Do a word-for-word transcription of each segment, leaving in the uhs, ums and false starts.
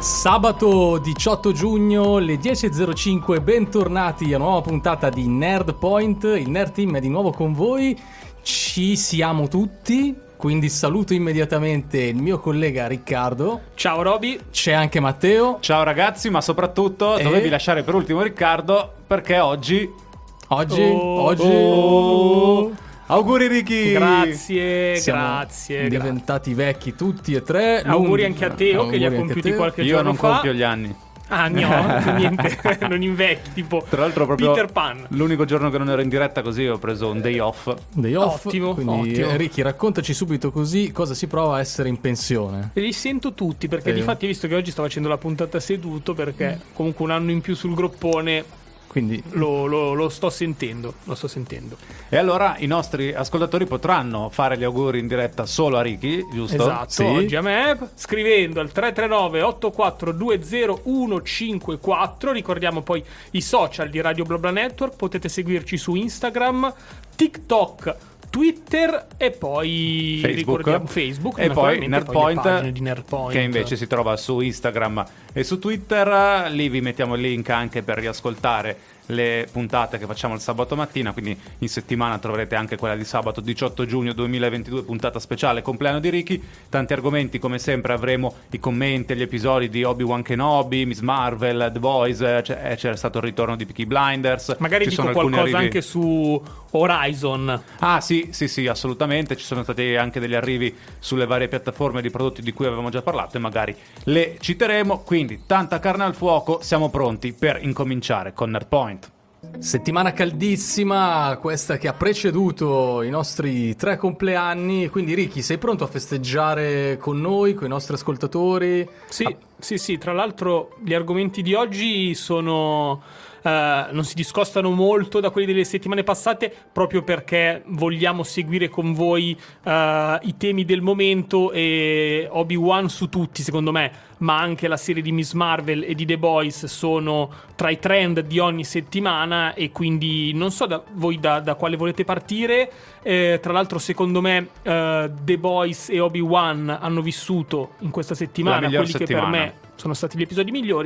Sabato diciotto giugno, le dieci e zero cinque, bentornati a una nuova puntata di Nerd Point. Il Nerd Team è di nuovo con voi, ci siamo tutti, quindi saluto immediatamente il mio collega Riccardo. Ciao Roby. C'è anche Matteo. Ciao ragazzi, ma soprattutto e... dovevi lasciare per ultimo Riccardo, perché oggi... Oggi? Oh, oggi... Oh. Auguri Ricky! Grazie, Siamo grazie. diventati gra- vecchi tutti e tre. Auguri non... anche a Teo, auguri che li ha compiuti qualche Io giorno non fa. Io non compio gli anni. Ah no, niente, non invecchi, tipo Tra l'altro proprio Peter Pan. L'unico giorno che non ero in diretta così ho preso un day off. Day off. Ottimo, quindi ottimo. Ricky, raccontaci subito così cosa si prova a essere in pensione. E li sento tutti, perché Eh. difatti hai visto che oggi sto facendo la puntata seduto, perché comunque un anno in più sul groppone Quindi lo, lo, lo sto sentendo, lo sto sentendo. E allora i nostri ascoltatori potranno fare gli auguri in diretta solo a Ricky, giusto? Esatto, Sì. oggi a me, scrivendo al tre tre nove otto quattro due zero uno cinque quattro. Ricordiamo poi i social di Radio BlaBla Network, potete seguirci su Instagram, TikTok, Twitter e poi Facebook, ricordiamo Facebook e poi naturalmente, poi le pagine Nerdpoint, di Nerdpoint, che invece si trova su Instagram e su Twitter. Lì vi mettiamo il link anche per riascoltare le puntate che facciamo il sabato mattina, quindi in settimana troverete anche quella di sabato diciotto giugno duemilaventidue, puntata speciale compleanno di Ricky. Tanti argomenti come sempre, avremo i commenti, gli episodi di Obi-Wan Kenobi, Miss Marvel, The Boys, c'è, c'era stato il ritorno di Peaky Blinders, magari ci dico sono alcuni qualcosa arrivi... anche su Horizon. Ah sì, sì, sì, assolutamente. Ci sono stati anche degli arrivi sulle varie piattaforme di prodotti di cui avevamo già parlato e magari le citeremo. Quindi tanta carne al fuoco, siamo pronti per incominciare con Nerdpoint. settimana caldissima, questa che ha preceduto i nostri tre compleanni. Quindi Ricky, sei pronto a festeggiare con noi, con i nostri ascoltatori? Sì, Ah. sì, sì, tra l'altro gli argomenti di oggi sono... Uh, non si discostano molto da quelli delle settimane passate, proprio perché vogliamo seguire con voi uh, i temi del momento, e Obi-Wan su tutti secondo me, ma anche la serie di Miss Marvel e di The Boys sono tra i trend di ogni settimana, e quindi non so da voi da, da quale volete partire. Eh, tra l'altro secondo me uh, The Boys e Obi-Wan hanno vissuto in questa settimana quelli settimana. che per me sono stati gli episodi migliori.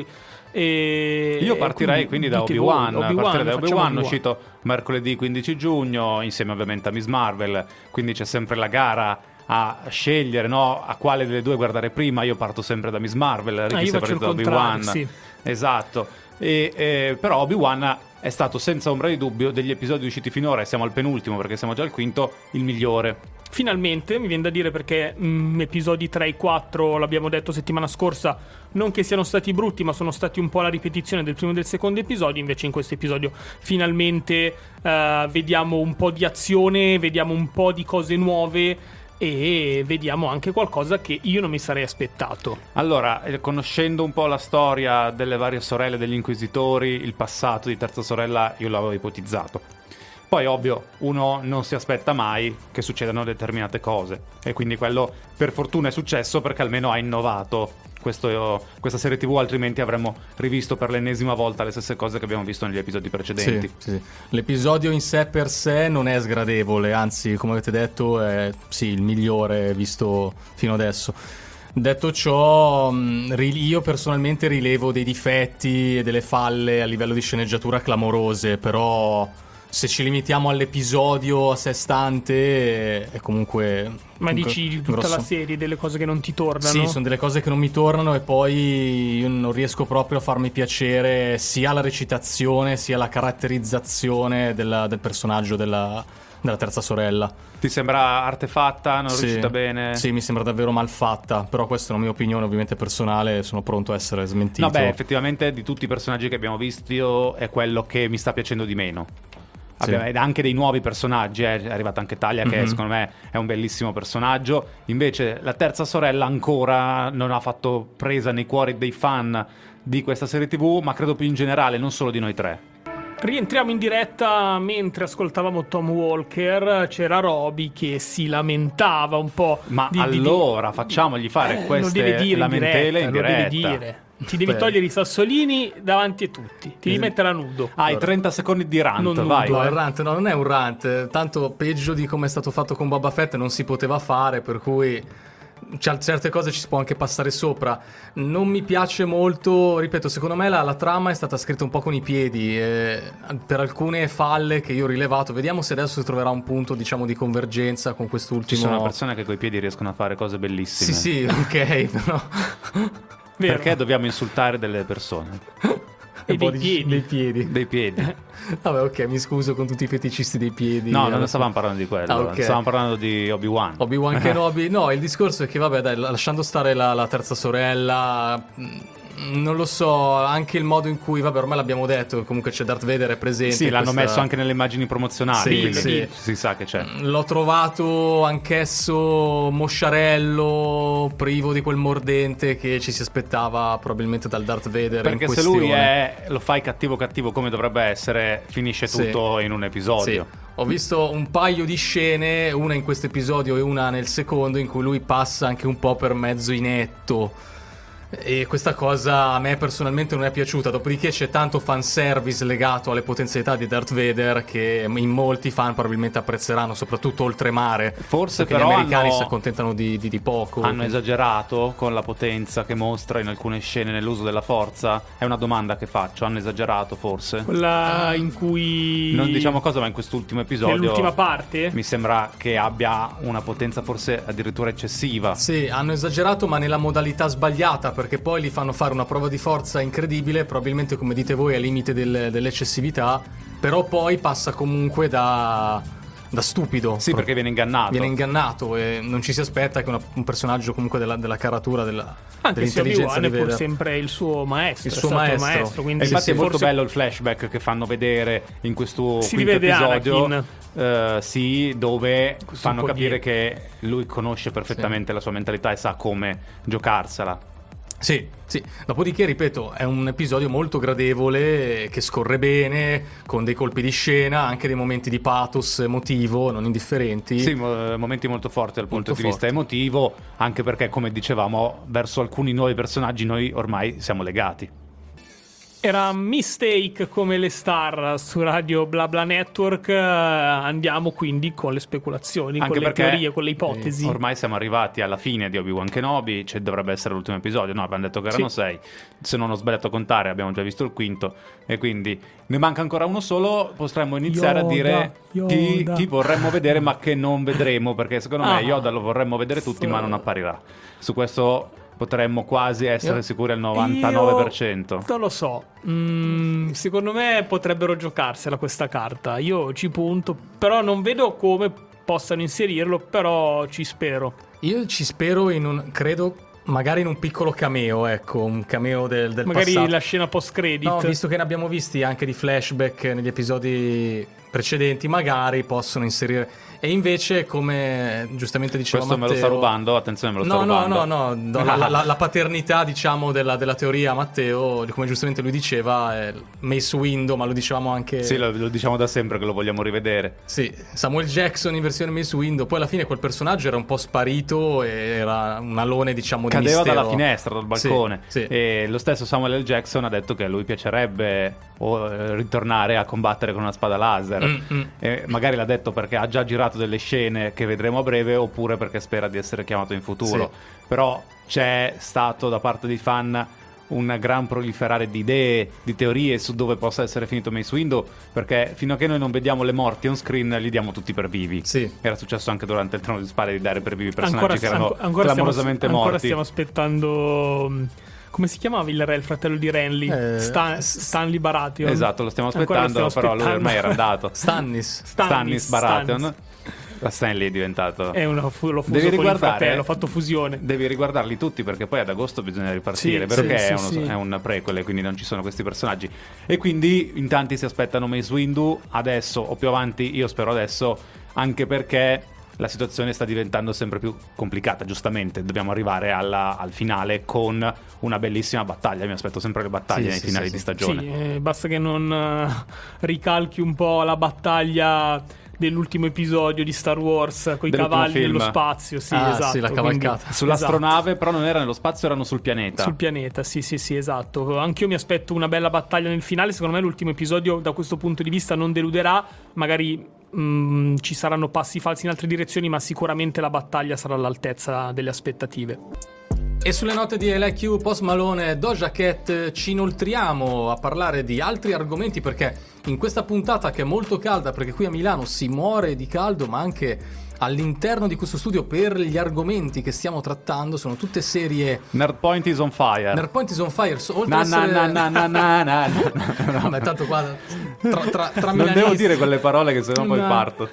E Io partirei quindi, quindi da Obi-Wan, voi, Obi-Wan partirei da Obi-Wan, Obi-Wan, uscito mercoledì quindici giugno, insieme ovviamente a Miss Marvel, quindi c'è sempre la gara a scegliere, no, a quale delle due guardare prima. Io parto sempre da Miss Marvel, Ricky ah, io si è faccio il partito da contrario, Obi-Wan. sì. Esatto. E, eh, però Obi-Wan è stato senza ombra di dubbio, degli episodi usciti finora, e siamo al penultimo perché siamo già al quinto, il migliore. Finalmente, mi viene da dire, perché mh, episodi tre e quattro, l'abbiamo detto settimana scorsa, non che siano stati brutti, ma sono stati un po' la ripetizione del primo e del secondo episodio. Invece in questo episodio finalmente uh, vediamo un po' di azione, vediamo un po' di cose nuove e vediamo anche qualcosa che io non mi sarei aspettato. Allora, eh, conoscendo un po' la storia delle varie sorelle degli Inquisitori, il passato di Terza Sorella, io l'avevo ipotizzato. Poi ovvio, uno non si aspetta mai che succedano determinate cose, e quindi quello per fortuna è successo, perché almeno ha innovato questo, questa serie tivù, altrimenti avremmo rivisto per l'ennesima volta le stesse cose che abbiamo visto negli episodi precedenti. Sì, sì. L'episodio in sé per sé non è sgradevole, anzi, come avete detto, è sì, il migliore visto fino adesso. Detto ciò, io personalmente rilevo dei difetti e delle falle a livello di sceneggiatura clamorose, però se ci limitiamo all'episodio a sé stante è comunque... Ma comunque dici di tutta grosso. la serie, delle cose che non ti tornano? Sì, sono delle cose che non mi tornano, e poi io non riesco proprio a farmi piacere sia la recitazione sia la caratterizzazione della, del personaggio della, della terza sorella. Ti sembra artefatta, non Sì, riuscita bene? Sì, mi sembra davvero mal fatta, però questa è una mia opinione ovviamente personale, sono pronto a essere smentito. No, beh, effettivamente di tutti i personaggi che abbiamo visto io è quello che mi sta piacendo di meno. Sì. Abbiamo, ed anche dei nuovi personaggi, eh. È arrivata anche Talia, che Mm-hmm. secondo me è un bellissimo personaggio. Invece la terza sorella ancora non ha fatto presa nei cuori dei fan di questa serie tivù, ma credo più in generale, non solo di noi tre. Rientriamo in diretta mentre ascoltavamo Tom Walker. C'era Roby che si lamentava un po'. Ma di, allora di, facciamogli fare eh, queste lo deve dire lamentele in in diretta, diretta. Lo devi dire. Ti devi Beh. togliere i sassolini davanti a tutti. Ti devi mettere a nudo. Hai trenta secondi di rant, Non nudo, vai. No, il rant, no, non è un rant, tanto peggio di come è stato fatto con Boba Fett non si poteva fare, per cui c- certe cose ci si può anche passare sopra. Non mi piace molto, ripeto, secondo me la, la trama è stata scritta un po' con i piedi, eh, per alcune falle che io ho rilevato. Vediamo se adesso si troverà un punto, diciamo, di convergenza con quest'ultimo. Ci sono persone che coi piedi riescono a fare cose bellissime. Sì, sì, ok, però perché dobbiamo insultare delle persone? E un po' dei di- piedi. dei piedi. Dei piedi. Vabbè, ok, mi scuso con tutti i feticisti dei piedi. No, non Adesso- stavamo parlando di quello. Ah, ok. Stavamo parlando di Obi-Wan. Obi-Wan Kenobi. No, il discorso è che, vabbè, dai, lasciando stare la, la terza sorella, mh, non lo so, anche il modo in cui, vabbè, ormai l'abbiamo detto, comunque c'è Darth Vader è presente. Sì, l'hanno questa- messo anche nelle immagini promozionali. Sì, quindi sì. si sa che c'è. L'ho trovato anch'esso mosciarello, privo di quel mordente che ci si aspettava probabilmente dal Darth Vader. Perché in se lui questione. è, lo fai cattivo cattivo come dovrebbe essere, finisce Sì. tutto in un episodio. Sì. Ho visto un paio di scene, una in questo episodio e una nel secondo, in cui lui passa anche un po' per mezzo inetto. E questa cosa a me personalmente non è piaciuta. Dopodiché c'è tanto fanservice legato alle potenzialità di Darth Vader che in molti fan probabilmente apprezzeranno, soprattutto oltremare. Forse perché però gli americani hanno- si accontentano di, di, di poco. Hanno esagerato con la potenza che mostra in alcune scene nell'uso della forza? È una domanda che faccio. Hanno esagerato forse? Quella in cui... Non diciamo cosa, ma in quest'ultimo episodio Nell'ultima parte? mi sembra che abbia una potenza forse addirittura eccessiva. Sì, hanno esagerato, ma nella modalità sbagliata, perché poi li fanno fare una prova di forza incredibile, probabilmente come dite voi al limite del- dell'eccessività, però poi passa comunque da, da stupido. Sì, perché viene ingannato. Viene ingannato e non ci si aspetta che una- un personaggio comunque della, della caratura, della, Anche se dell'intelligenza Obi-Wan di è pur Vader. sempre il suo maestro. Il è suo stato maestro. quindi E infatti sì, è molto forse bello il flashback che fanno vedere in questo Si quinto rivede episodio. Anakin. eh, sì, dove fanno po' capire di- che lui conosce perfettamente la sua mentalità e sa come giocarsela. Sì, sì. Dopodiché, ripeto, è un episodio molto gradevole, che scorre bene, con dei colpi di scena, anche dei momenti di pathos emotivo, non indifferenti. Sì, mo- momenti molto forti dal punto Molto di vista forti. emotivo, anche perché, come dicevamo, verso alcuni nuovi personaggi noi ormai siamo legati. Era Mistake come le star su Radio Bla Bla Network. eh, Andiamo quindi con le speculazioni, Anche con le perché teorie, con le ipotesi. Ormai siamo arrivati alla fine di Obi-Wan Kenobi, cioè dovrebbe essere l'ultimo episodio, no, abbiamo detto che erano Sì. sei, se non ho sbagliato a contare abbiamo già visto il quinto e quindi ne manca ancora uno solo, potremmo iniziare Yoda, a dire chi, Yoda. chi vorremmo vedere ma che non vedremo, perché secondo me Ah. Yoda lo vorremmo vedere tutti ma non apparirà. Su questo potremmo quasi essere Io- sicuri al novantanove per cento. Io non lo so. Mm, secondo me potrebbero giocarsela questa carta. Io ci punto, però non vedo come possano inserirlo, però ci spero. Io ci spero in un, credo, magari in un piccolo cameo, ecco, un cameo del, del Magari passato. la scena post credit. No, visto che ne abbiamo visti anche di flashback negli episodi precedenti, magari possono inserire. E invece, come giustamente diceva Questo me lo Matteo, sta rubando, attenzione me lo sta No, no, rubando. no, no, no, la, la- la paternità, diciamo, della, della teoria, Matteo, come giustamente lui diceva, è Mace Windu, ma lo dicevamo anche... Sì, lo, lo diciamo da sempre che lo vogliamo rivedere. Sì, Samuel Jackson in versione Mace Windu. Poi alla fine quel personaggio era un po' sparito e era un alone, diciamo, di Cadeva mistero. dalla finestra, dal balcone. Sì, sì. E lo stesso Samuel L. Jackson ha detto che a lui piacerebbe o, eh, ritornare a combattere con una spada laser. Mm, mm. E magari l'ha detto perché ha già girato delle scene che vedremo a breve, oppure perché spera di essere chiamato in futuro. Sì. Però c'è stato da parte dei fan un gran proliferare di idee, di teorie su dove possa essere finito Mace Windu, perché fino a che noi non vediamo le morti on screen li diamo tutti per vivi. Sì. Era successo anche durante il Trono di Spade di dare per vivi personaggi Ancora, che erano anco- ancora stiamo, clamorosamente ancora morti. stiamo aspettando. mm, Come si chiamava il re, il fratello di Renly? Eh, Stan- s- Stanley Baratheon. Esatto, lo stiamo Ancora aspettando, lo stiamo però lui aspettando. ormai era andato. Stannis. Stannis Stannis Baratheon. Stannis. La Stanley è diventato. È una fu- l'ho fuso Devi con il riguardare, fratello, ho fatto fusione. Devi riguardarli tutti perché poi ad agosto bisogna ripartire. Sì, È vero sì, che sì, è, uno, sì. è un prequel e quindi non ci sono questi personaggi. E quindi in tanti si aspettano Mace Windu adesso o più avanti. Io spero adesso, anche perché la situazione sta diventando sempre più complicata. Giustamente dobbiamo arrivare alla- al finale con una bellissima battaglia. Io mi aspetto sempre le battaglie Sì, nei sì, finali sì, di sì. stagione. Sì, eh, basta che non eh, ricalchi un po' la battaglia dell'ultimo episodio di Star Wars con i Dell'ultimo cavalli film. nello spazio. Sì, Ah, esatto. sì, la quindi- cavalcata. Sull'astronave, però non era nello spazio, erano sul pianeta. Sul pianeta, sì, sì, sì, esatto. Anch'io mi aspetto una bella battaglia nel finale. Secondo me l'ultimo episodio da questo punto di vista non deluderà. Magari mh, ci saranno passi falsi in altre direzioni, ma sicuramente la battaglia sarà all'altezza delle aspettative. E sulle note di L I Q, Post Malone e Doja Cat ci inoltriamo a parlare di altri argomenti, perché in questa puntata, che è molto calda, perché qui a Milano si muore di caldo, ma anche all'interno di questo studio, per gli argomenti che stiamo trattando, sono tutte serie. Nerdpoint is on fire. Nerdpoint is on fire. So, oltre na, a essere... na, na, na, na, na, na. Vabbè, tanto qua tra, tra, tra non devo dire quelle parole che sennò poi no. parto.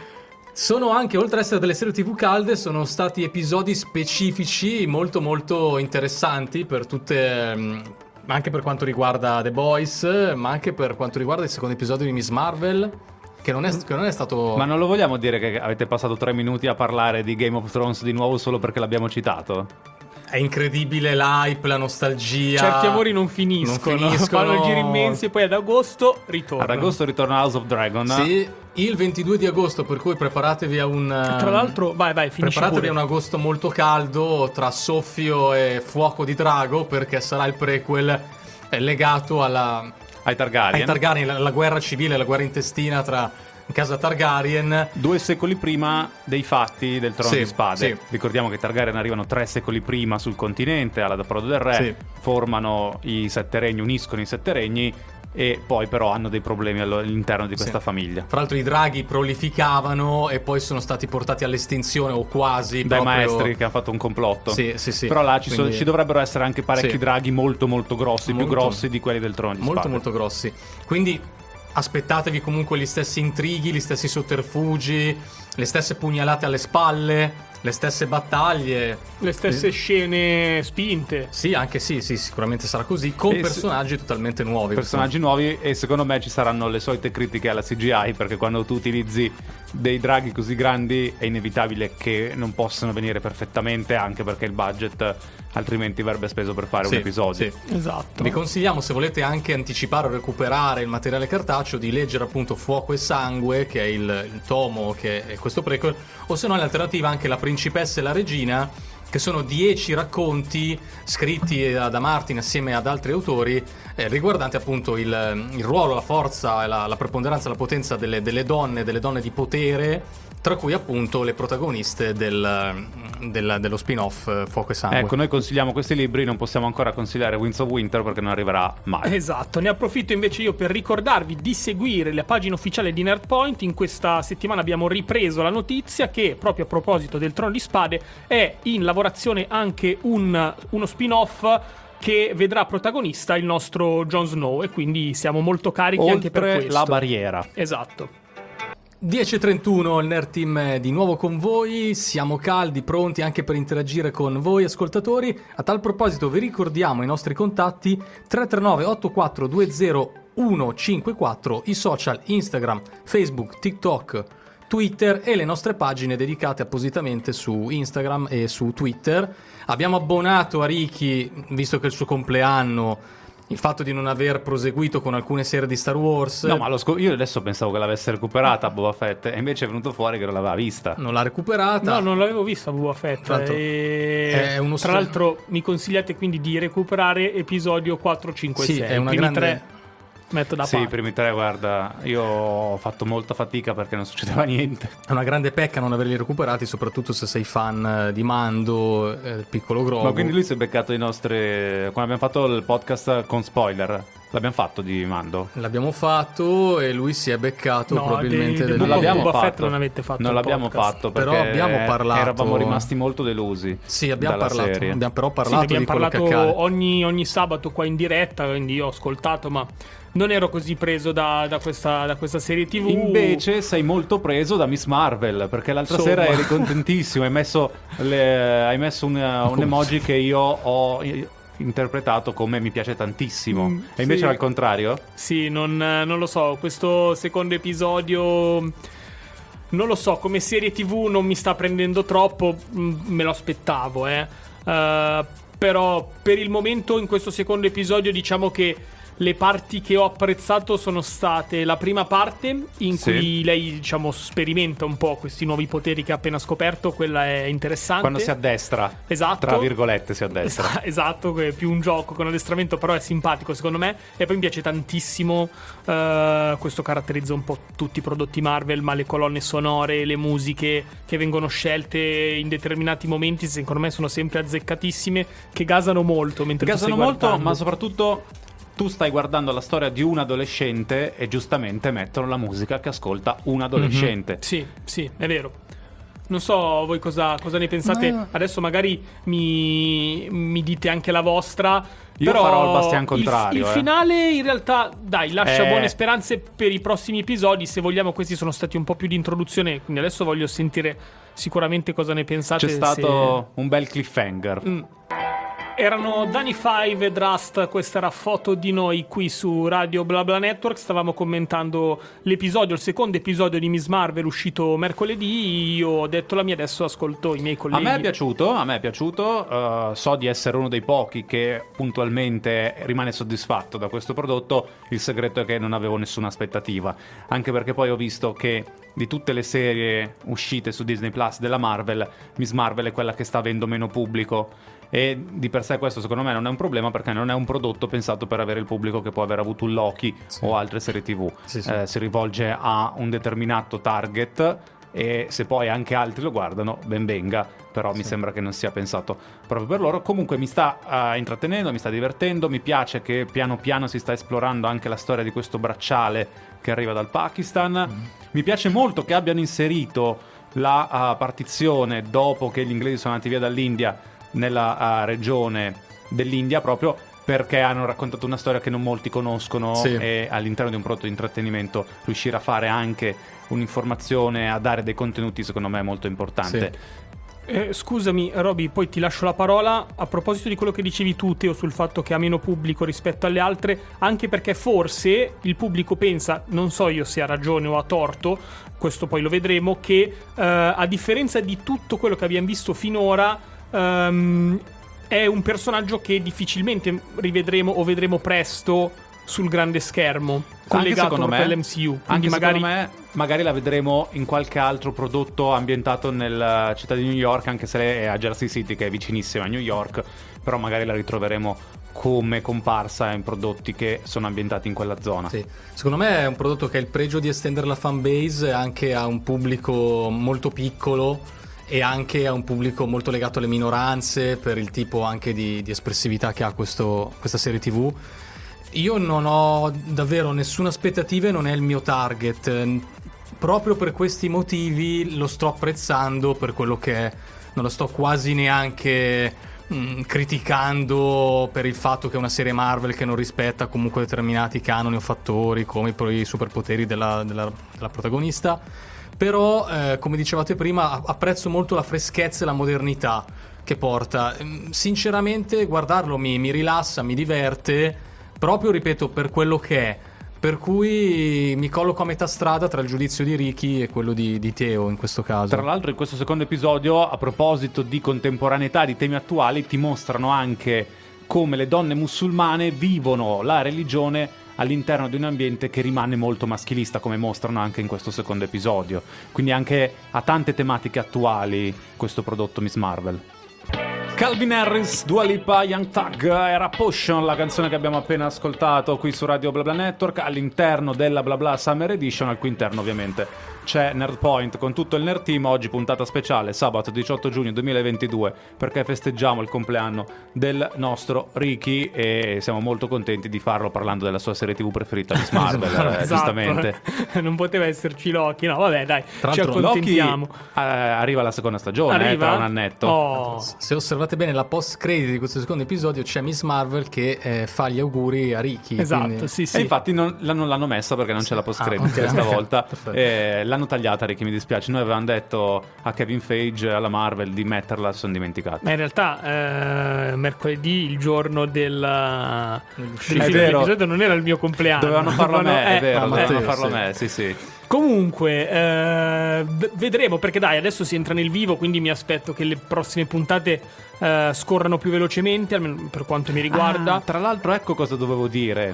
Sono anche, oltre ad essere delle serie tivù calde, sono stati episodi specifici molto molto interessanti per tutte, ma anche per quanto riguarda The Boys, ma anche per quanto riguarda il secondo episodio di Miss Marvel, che non è, che non è stato... Ma non lo vogliamo dire che avete passato tre minuti a parlare di Game of Thrones di nuovo solo perché l'abbiamo citato? È incredibile l'hype, la nostalgia. Certi amori non finiscono, non finiscono. fanno giri immensi e poi ad agosto ritornano. Ad agosto ritorna House of Dragon. Sì, il ventidue di agosto, per cui preparatevi a un... Tra l'altro, vai vai, finisci preparatevi pure. a un agosto molto caldo tra soffio e fuoco di drago, perché sarà il prequel legato alla... ai Targaryen. ai Targaryen, la, la guerra civile, la guerra intestina tra casa Targaryen. Due secoli prima dei fatti del Trono Sì, di Spade. sì. Ricordiamo che i Targaryen arrivano tre secoli prima sul continente, all'Approdo del Re, Sì. formano i Sette Regni, uniscono i Sette Regni, e poi però hanno dei problemi all'interno di questa Sì. famiglia. Tra l'altro i draghi prolificavano e poi sono stati portati all'estinzione, o quasi, Dai proprio... maestri che hanno fatto un complotto. Sì, sì, sì. Però là ci, Quindi- so- ci dovrebbero essere anche parecchi Sì. draghi molto molto grossi, Molto. più grossi di quelli del Trono di molto Spade. molto grossi. Quindi aspettatevi comunque gli stessi intrighi, gli stessi sotterfugi, le stesse pugnalate alle spalle, le stesse battaglie, Le stesse Eh. scene spinte. Sì, anche sì, sì, sicuramente sarà così, con E se- personaggi totalmente nuovi. Personaggi nuovi, e secondo me ci saranno le solite critiche alla C G I, perché quando tu utilizzi dei draghi così grandi è inevitabile che non possano venire perfettamente, anche perché il budget altrimenti verrebbe speso per fare Sì, un episodio. sì. Esatto. Vi consigliamo, se volete anche anticipare o recuperare il materiale cartaceo, di leggere appunto Fuoco e Sangue, che è il, il tomo che è questo prequel, o se no in alternativa anche La Principessa e la Regina, che sono dieci racconti scritti da, da Martin assieme ad altri autori, eh, riguardanti appunto il, il ruolo, la forza, la, la preponderanza, la potenza delle, delle donne, delle donne di potere, tra cui appunto le protagoniste del, del- dello spin-off eh, Fuoco e Sangue. Ecco, noi consigliamo questi libri, non possiamo ancora consigliare Winds of Winter perché non arriverà mai. Esatto, ne approfitto invece io per ricordarvi di seguire la pagina ufficiale di Nerdpoint. In questa settimana abbiamo ripreso la notizia che, proprio a proposito del Trono di Spade, è in lavorazione anche un, uno spin-off che vedrà protagonista il nostro Jon Snow, e quindi siamo molto carichi anche per Oltre questo. la barriera. Esatto. dieci e trentuno, il Nerd Team è di nuovo con voi, siamo caldi, pronti anche per interagire con voi ascoltatori. A tal proposito vi ricordiamo i nostri contatti: tre tre nove otto quattro due zero uno cinque quattro, i social Instagram, Facebook, TikTok, Twitter e le nostre pagine dedicate appositamente su Instagram e su Twitter. Abbiamo abbonato a Ricky, visto che è il suo compleanno, il fatto di non aver proseguito con alcune serie di Star Wars. No, ma lo sco- io adesso pensavo che l'avesse recuperata Boba Fett, e invece è venuto fuori che non l'aveva vista. Non l'ha recuperata. No, non l'avevo vista Boba Fett. Tra l'altro, e... è uno Tra str- l'altro mi consigliate quindi di recuperare episodio quattro, cinque e Sì, sei. è una I primi grande- tre metto da Sì, i parte. primi tre, guarda, io ho fatto molta fatica perché non succedeva niente. È una grande pecca non averli recuperati, soprattutto se sei fan eh, di Mando, eh, del piccolo Grogu. Ma quindi lui si è beccato i nostri... Quando abbiamo fatto il podcast con spoiler, l'abbiamo fatto di Mando? L'abbiamo fatto e lui si è beccato No, probabilmente dei- del... Non l'abbiamo Boba Fett fatto. non avete fatto Non il l'abbiamo podcast. fatto Però perché abbiamo parlato- eravamo rimasti molto delusi. Sì, abbiamo dalla parlato, serie. abbiamo però Sì, parlato abbiamo di quello parlato che accade. ogni, ogni sabato qua in diretta, quindi io ho ascoltato, ma non ero così preso da, da questa, da questa serie tivù. Invece sei molto preso da Miss Marvel, perché l'altra Insomma. sera eri contentissimo, hai messo, le- hai messo un, un emoji che io ho interpretato come mi piace tantissimo. Mm, e invece sì. era al contrario? Sì, non, non lo so, questo secondo episodio... Non lo so, come serie tivù non mi sta prendendo troppo, mm, me lo aspettavo, eh. Uh, però per il momento in questo secondo episodio diciamo che le parti che ho apprezzato sono state la prima parte in Sì. cui lei, diciamo, sperimenta un po' questi nuovi poteri che ha appena scoperto. Quella è interessante. Quando si addestra, Esatto. tra virgolette si addestra. Es- Esatto, che è più un gioco che un addestramento, però è simpatico secondo me. E poi mi piace tantissimo, eh, questo caratterizza un po' tutti i prodotti Marvel, ma le colonne sonore, le musiche che vengono scelte in determinati momenti secondo me sono sempre azzeccatissime, che gasano molto mentre Gasano tu stai molto, guardando. ma soprattutto tu stai guardando la storia di un adolescente e giustamente mettono la musica che ascolta un adolescente. Sì, sì, è vero. Non so voi cosa, cosa ne pensate. Ma- Adesso magari mi, mi dite anche la vostra. Io però farò il bastian il- contrario, Il, eh. finale in realtà, dai, lascia Eh. buone speranze per i prossimi episodi. Se vogliamo, questi sono stati un po' più di introduzione. Quindi adesso voglio sentire sicuramente cosa ne pensate. C'è stato un bel cliffhanger. Se... Mm. Erano Dani Five e Drust, questa era Foto di noi qui su Radio BlaBla Network. Stavamo commentando l'episodio, il secondo episodio di Miss Marvel uscito mercoledì. Io ho detto la mia, adesso ascolto i miei A colleghi. me è piaciuto, a me è piaciuto, uh, so di essere uno dei pochi che puntualmente rimane soddisfatto da questo prodotto. Il segreto è che non avevo nessuna aspettativa, anche perché poi ho visto che di tutte le serie uscite su Disney Plus della Marvel, Miss Marvel è quella che sta avendo meno pubblico. E di per sé questo secondo me non è un problema, perché non è un prodotto pensato per avere il pubblico che può aver avuto un Loki Sì. o altre serie tv. Sì, sì. Eh, si rivolge a un determinato target e se poi anche altri lo guardano ben venga, però mi sembra che non sia pensato proprio per loro. Comunque mi sta uh, intrattenendo, mi sta divertendo, mi piace che piano piano si sta esplorando anche la storia di questo bracciale che arriva dal Pakistan. Mm. Mi piace molto che abbiano inserito la uh, partizione dopo che gli inglesi sono andati via dall'India nella uh, regione dell'India, proprio perché hanno raccontato una storia che non molti conoscono. Sì. E all'interno di un prodotto di intrattenimento riuscire a fare anche un'informazione, a dare dei contenuti, secondo me è molto importante. Sì. Eh, scusami Roby, poi ti lascio la parola. A proposito di quello che dicevi tu, Teo, sul fatto che ha meno pubblico rispetto alle altre, anche perché forse il pubblico pensa, non so io se ha ragione o ha torto, questo poi lo vedremo, che eh, a differenza di tutto quello che abbiamo visto finora, Um, è un personaggio che difficilmente rivedremo o vedremo presto sul grande schermo, collegato secondo me, all'M C U. Quindi anche magari secondo me magari la vedremo in qualche altro prodotto ambientato nella città di New York, anche se lei è a Jersey City, che è vicinissima a New York, però magari la ritroveremo come comparsa in prodotti che sono ambientati in quella zona. Sì. Secondo me è un prodotto che ha il pregio di estendere la fan base anche a un pubblico molto piccolo e anche a un pubblico molto legato alle minoranze, per il tipo anche di, di espressività che ha questo, questa serie tivù. Io non ho davvero nessuna aspettativa e non è il mio target. Proprio per questi motivi lo sto apprezzando per quello che è. Non lo sto quasi neanche mh, criticando per il fatto che è una serie Marvel che non rispetta comunque determinati canoni o fattori come i superpoteri della, della, della protagonista. Però, eh, come dicevate prima, apprezzo molto la freschezza e la modernità che porta. Sinceramente, guardarlo mi, mi rilassa, mi diverte, proprio, ripeto, per quello che è. Per cui mi colloco a metà strada tra il giudizio di Ricky e quello di, di Teo in questo caso. Tra l'altro in questo secondo episodio, a proposito di contemporaneità, di temi attuali, ti mostrano anche come le donne musulmane vivono la religione all'interno di un ambiente che rimane molto maschilista, come mostrano anche in questo secondo episodio. Quindi anche ha tante tematiche attuali questo prodotto Miss Marvel. Calvin Harris, Dua Lipa, Young Thug, era Potion, la canzone che abbiamo appena ascoltato qui su Radio BlaBla Network, all'interno della BlaBla Summer Edition, al cui interno ovviamente c'è Nerdpoint con tutto il Nerd Team. Oggi puntata speciale, sabato diciotto giugno duemilaventidue, perché festeggiamo il compleanno del nostro Ricky e siamo molto contenti di farlo parlando della sua serie tivù preferita, Miss Marvel. eh, esatto. Giustamente. Non poteva esserci Loki. No, vabbè, dai, Tra ci l'altro, Loki accontentiamo. eh, arriva la seconda stagione, eh, Arriva? tra un annetto. Oh. Se osservate bene la post credit di questo secondo episodio, c'è Miss Marvel che eh, fa gli auguri a Ricky. Esatto, quindi... sì, sì. E infatti non, la- non l'hanno messa perché non c'è la post credit Ah, ok. questa volta. Perfetto. Eh, l'hanno tagliata, Ricky, mi dispiace. Noi avevamo detto a Kevin Feige, alla Marvel, di metterla, sono dimenticati. Ma in realtà eh, mercoledì, il giorno del, del È finale vero. dell'episodio, non era il mio compleanno. Dovevano farlo a me, Eh, è vero, ah, dovevano Matteo, farlo sì. a me, sì sì. Comunque, eh, v- vedremo, perché dai, adesso si entra nel vivo, quindi mi aspetto che le prossime puntate eh, scorrano più velocemente, almeno per quanto mi riguarda. Ah, tra l'altro, ecco cosa dovevo dire.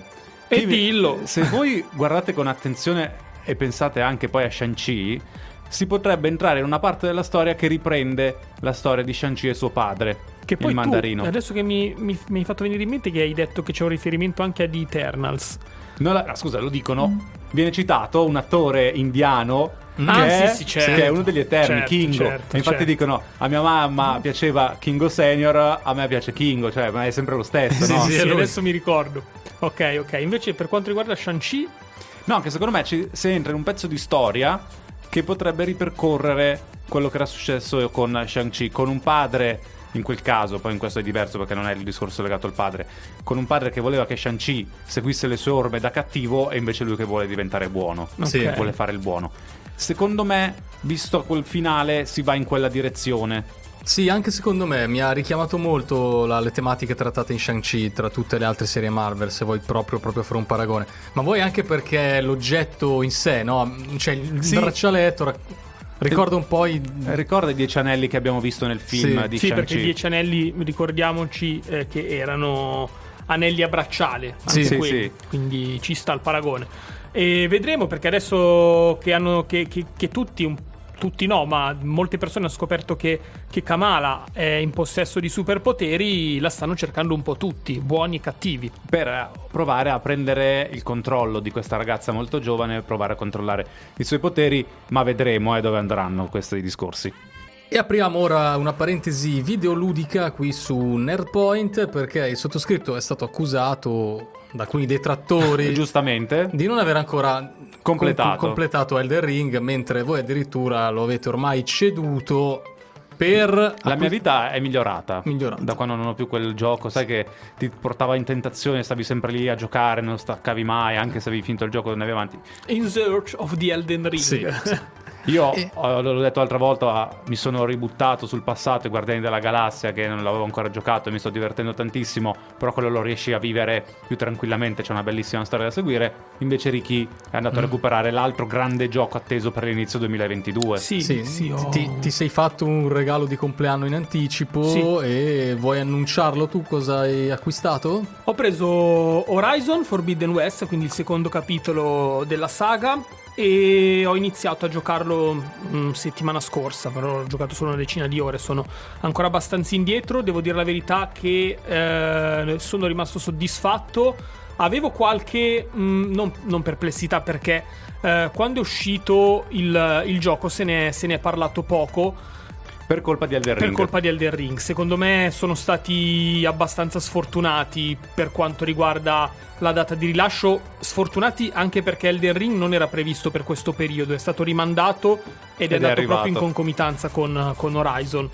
E Chi mi- dillo. Se voi guardate con attenzione e pensate anche poi a Shang-Chi, si potrebbe entrare in una parte della storia che riprende la storia di Shang-Chi e suo padre, Che poi il mandarino. tu, adesso che mi, mi, mi hai fatto venire in mente che hai detto che c'è un riferimento anche ad Eternals. No, la- ah, scusa, lo dicono. Viene citato un attore indiano Ah, che, è, sì, sì, certo. che è uno degli Eterni, Certo, Kingo. certo, e infatti certo. dicono: a mia mamma piaceva Kingo Senior, a me piace Kingo, cioè, ma è sempre lo stesso, no? Sì, è lui. adesso mi ricordo. Ok, ok. Invece per quanto riguarda Shang-Chi, No, che secondo me ci, si entra in un pezzo di storia che potrebbe ripercorrere quello che era successo con Shang-Chi, con un padre, in quel caso, poi in questo è diverso perché non è il discorso legato al padre, con un padre che voleva che Shang-Chi seguisse le sue orme da cattivo e invece lui che vuole diventare buono, Sì. che vuole fare il buono. Secondo me, visto quel finale, si va in quella direzione. Sì, anche secondo me mi ha richiamato molto la- le tematiche trattate in Shang-Chi tra tutte le altre serie Marvel, se vuoi proprio, proprio fare un paragone. Ma vuoi anche perché l'oggetto in sé, no? Cioè il Sì. braccialetto rac- ricorda un po' i... Eh, Ricorda i dieci anelli che abbiamo visto nel film Sì. di sì, Shang-Chi? perché i dieci anelli, ricordiamoci eh, che erano anelli a bracciale, Sì, anche sì, quelli, sì. quindi ci sta il paragone. E vedremo, perché adesso che hanno che, che, che tutti un tutti no, ma molte persone hanno scoperto che, che Kamala è in possesso di superpoteri, la stanno cercando un po' tutti, buoni e cattivi. Per eh, provare a prendere il controllo di questa ragazza molto giovane, provare a controllare i suoi poteri, ma vedremo eh, dove andranno questi discorsi. E apriamo ora una parentesi videoludica qui su Nerdpoint, perché il sottoscritto è stato accusato da alcuni detrattori Giustamente. di non aver ancora Completato. com- completato Elden Ring, mentre voi addirittura lo avete ormai ceduto per... La mia vita è migliorata. Migliorata. Da quando non ho più quel gioco, sai che ti portava in tentazione, stavi sempre lì a giocare, non staccavi mai, anche se avevi finito il gioco e andavi avanti. In search of the Elden Ring. Sì. Io, E- ho- l'ho detto l'altra volta, mi sono ributtato sul passato, i Guardiani della Galassia, che non l'avevo ancora giocato e mi sto divertendo tantissimo, però quello lo riesci a vivere più tranquillamente, c'è una bellissima storia da seguire. Invece Ricky è andato a recuperare l'altro grande gioco atteso per l'inizio duemilaventidue. Sì, Sì, sì, ho- ti, ti sei fatto un regalo di compleanno in anticipo Sì. e vuoi annunciarlo tu cosa hai acquistato? Ho preso Horizon Forbidden West, quindi il secondo capitolo della saga, e ho iniziato a giocarlo mh, settimana scorsa, però ho giocato solo una decina di ore, sono ancora abbastanza indietro, devo dire la verità che eh, sono rimasto soddisfatto. Avevo qualche mh, non, non perplessità, perché eh, quando è uscito il, il gioco se ne, è, se ne è parlato poco Per colpa di Elden per Ring. colpa di Elden Ring. Secondo me sono stati abbastanza sfortunati per quanto riguarda la data di rilascio, sfortunati anche perché Elden Ring non era previsto per questo periodo, è stato rimandato ed, Ed è è andato arrivato. proprio in concomitanza con, con Horizon.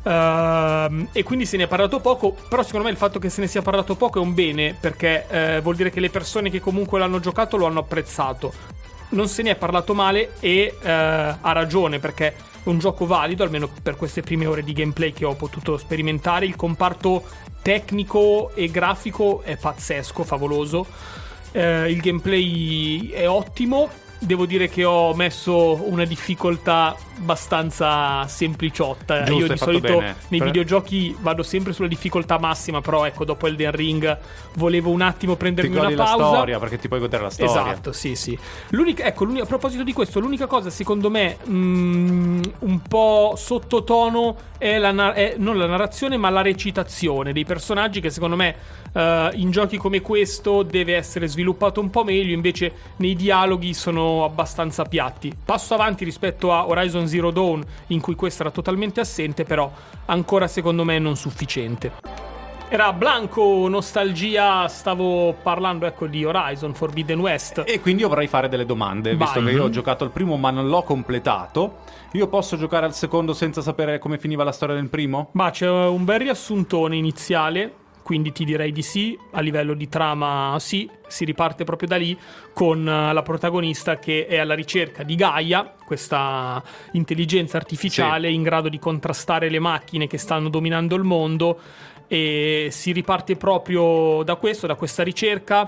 Ehm, e quindi se ne è parlato poco, però secondo me il fatto che se ne sia parlato poco è un bene, perché eh, vuol dire che le persone che comunque l'hanno giocato lo hanno apprezzato. Non se ne è parlato male e eh, ha ragione, perché è un gioco valido, almeno per queste prime ore di gameplay che ho potuto sperimentare. Il comparto tecnico e grafico è pazzesco, favoloso. Eh, il gameplay è ottimo. Devo dire che ho messo una difficoltà abbastanza sempliciotta. Giusto, Io hai di fatto solito bene. nei Per- videogiochi vado sempre sulla difficoltà massima, però ecco, dopo Elden Ring volevo un attimo Ti prendermi godi una la pausa. storia, perché ti puoi godere la storia. Esatto, sì, sì. L'unica, ecco, l'unica- a proposito di questo, l'unica cosa secondo me mh, un po' sottotono è, la, na- è non la narrazione, ma la recitazione dei personaggi, che secondo me eh, in giochi come questo deve essere sviluppato un po' meglio. Invece nei dialoghi sono abbastanza piatti. Passo avanti rispetto a Horizon Zero Dawn, in cui questo era totalmente assente, però ancora secondo me non sufficiente. Era Blanco Nostalgia, stavo parlando ecco di Horizon Forbidden West. E quindi io vorrei fare delle domande, visto Vai. che io ho giocato al primo ma non l'ho completato. Io posso giocare al secondo senza sapere come finiva la storia del primo? Ma c'è un bel riassuntone iniziale, quindi ti direi di sì. A livello di trama sì, si riparte proprio da lì, con eh, la protagonista che è alla ricerca di Gaia, questa intelligenza artificiale in grado di contrastare le macchine che stanno dominando il mondo. E si riparte proprio da questo, da questa ricerca,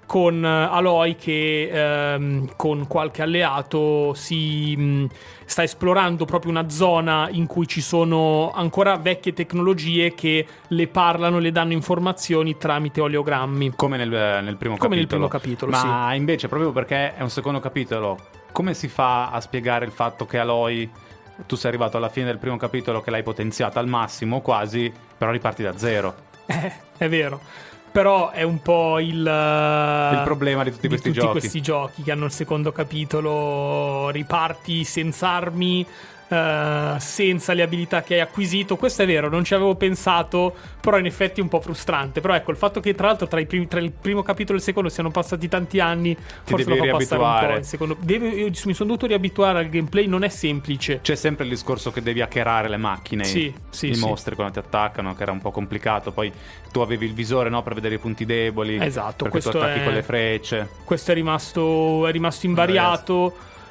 con Aloy che ehm, con qualche alleato si mh, sta esplorando proprio una zona in cui ci sono ancora vecchie tecnologie che le parlano, le danno informazioni tramite oleogrammi. Come nel, nel primo Come capitolo. nel primo capitolo, Ma sì. invece, proprio perché è un secondo capitolo, come si fa a spiegare il fatto che Aloy, tu sei arrivato alla fine del primo capitolo che l'hai potenziata al massimo quasi, però riparti da zero? Eh, è vero. Però è un po' il, il problema di tutti, di questi, tutti giochi. questi giochi che hanno il secondo capitolo, riparti senza armi, uh, senza le abilità che hai acquisito. Questo è vero, non ci avevo pensato, però in effetti è un po' frustrante. Però ecco, il fatto che tra l'altro tra, i primi, tra il primo capitolo e il secondo siano passati tanti anni, forse lo fa passare un po'. Il secondo, devo, io mi sono dovuto riabituare al gameplay, non è semplice. C'è sempre il discorso che devi hackerare le macchine, sì, sì, i sì. mostri quando ti attaccano, che era un po' complicato. Poi tu avevi il visore, no, per vedere i punti deboli. Esatto, perché tu questo attacchi è, con le frecce. Questo è rimasto, è rimasto invariato.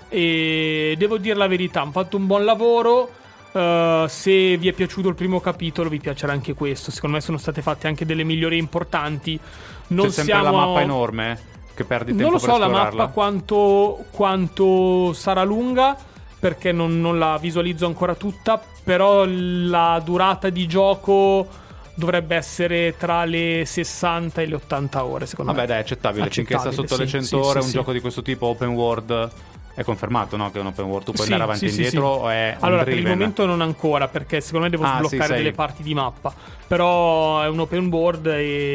E devo dire la verità, hanno fatto un buon lavoro. Uh, se vi è piaciuto il primo capitolo, vi piacerà anche questo. Secondo me sono state fatte anche delle migliorie importanti. Non C'è sempre siamo... la mappa enorme che perdi tempo non lo per so la esplorarla. mappa quanto, quanto sarà lunga, perché non, non la visualizzo ancora tutta. Però la durata di gioco dovrebbe essere tra le sessanta e le ottanta ore, secondo Vabbè, me. dai, è accettabile. Finché sta sotto sì, le cento sì, ore, sì, un sì. gioco di questo tipo open world è confermato, no? Che è un open world. Tu puoi Sì, andare avanti e sì, indietro sì, sì. o è un allora, per il driven? momento non ancora, perché secondo me devo Ah, sbloccare sì, sei- delle parti di mappa. Però è un open world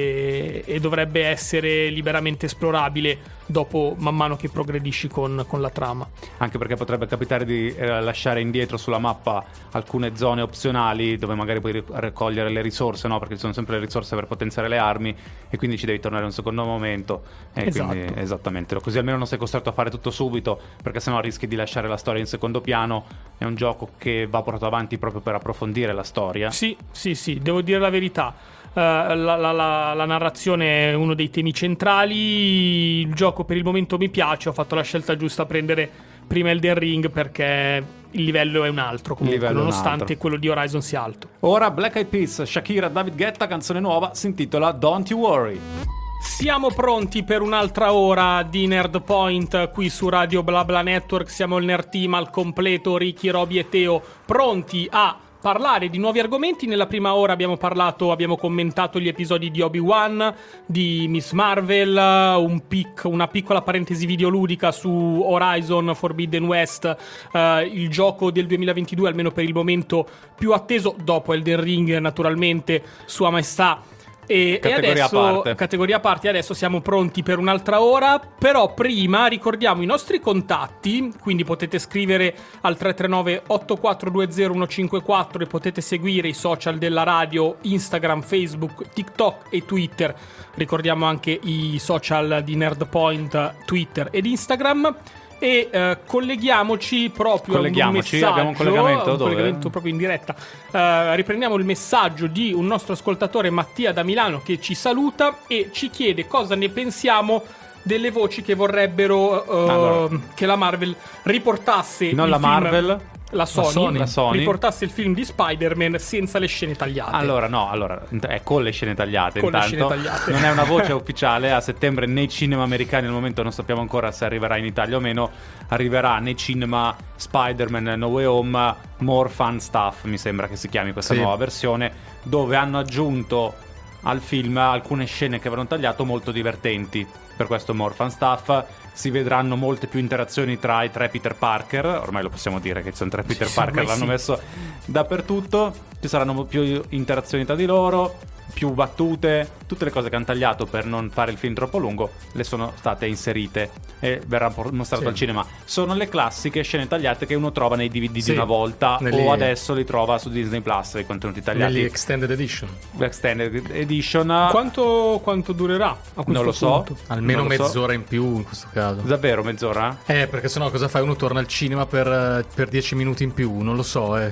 e, e dovrebbe essere liberamente esplorabile dopo, man mano che progredisci con, con la trama. Anche perché potrebbe capitare di eh, lasciare indietro sulla mappa alcune zone opzionali dove magari puoi ric- raccogliere le risorse, no? Perché ci sono sempre le risorse per potenziare le armi e quindi ci devi tornare un secondo momento. E Esatto. quindi, esattamente. Così almeno non sei costretto a fare tutto subito, perché sennò rischi di lasciare la storia in secondo piano. È un gioco che va portato avanti proprio per approfondire la storia. Sì, sì, sì, devo dire la verità. Uh, la, la, la, la narrazione è uno dei temi centrali. Il gioco per il momento mi piace. Ho fatto la scelta giusta a prendere prima Elden Ring perché il livello è un altro comunque, livello è un nonostante altro. quello di Horizon sia alto. Ora Black Eyed Peas, Shakira, David Guetta, canzone nuova, si intitola Don't You Worry. Siamo pronti per un'altra ora di Nerd Point qui su Radio BlaBla Network. Siamo il Nerd Team al completo, Ricky, Roby e Teo, pronti a parlare di nuovi argomenti. Nella prima ora abbiamo parlato, abbiamo commentato gli episodi di Obi-Wan, di Miss Marvel, un pic, una piccola parentesi videoludica su Horizon Forbidden West, eh, il gioco del duemilaventidue, almeno per il momento più atteso, dopo Elden Ring naturalmente, Sua Maestà. E, Categoria e adesso, a parte. categoria a parte, adesso siamo pronti per un'altra ora. Però prima ricordiamo i nostri contatti, quindi potete scrivere al tre tre nove otto quattro due zero uno cinque quattro e potete seguire i social della radio, Instagram, Facebook, TikTok e Twitter. Ricordiamo anche i social di Nerdpoint, Twitter ed Instagram. E eh, colleghiamoci proprio Colleghiamoci, a un messaggio, abbiamo un collegamento un dove? collegamento proprio in diretta. Eh, riprendiamo il messaggio di un nostro ascoltatore, Mattia da Milano, che ci saluta e ci chiede cosa ne pensiamo delle voci che vorrebbero eh, Allora. che la Marvel riportasse Non il la film- Marvel, la Sony, Sony, la Sony. riportasse il film di Spider-Man senza le scene tagliate. Allora, no, allora, è con le scene tagliate. Con le intanto. scene tagliate. Non è una voce ufficiale. A settembre nei cinema americani, al momento non sappiamo ancora se arriverà in Italia o meno. Arriverà nei cinema Spider-Man No Way Home More Fun Stuff, mi sembra che si chiami questa Sì. nuova versione, dove hanno aggiunto al film alcune scene che avevano tagliato molto divertenti. Per questo More Fun Stuff si vedranno molte più interazioni tra i tre Peter Parker. Ormai lo possiamo dire che ci sono tre Peter Sì, Parker, ormai l'hanno sì. messo dappertutto. Ci saranno più interazioni tra di loro, più battute, tutte le cose che hanno tagliato per non fare il film troppo lungo le sono state inserite e verrà por- mostrato Sì. al cinema. Sono le classiche scene tagliate che uno trova nei D V D Sì, di una volta negli- o adesso li trova su Disney Plus, i contenuti tagliati. Negli Extended Edition. Extended Edition. Quanto, quanto durerà a questo Non lo so. punto? Almeno Non lo so. mezz'ora in più in questo caso. Davvero mezz'ora? Eh, perché sennò cosa fai? Uno torna al cinema per, eh, per dieci minuti in più, non lo so, eh.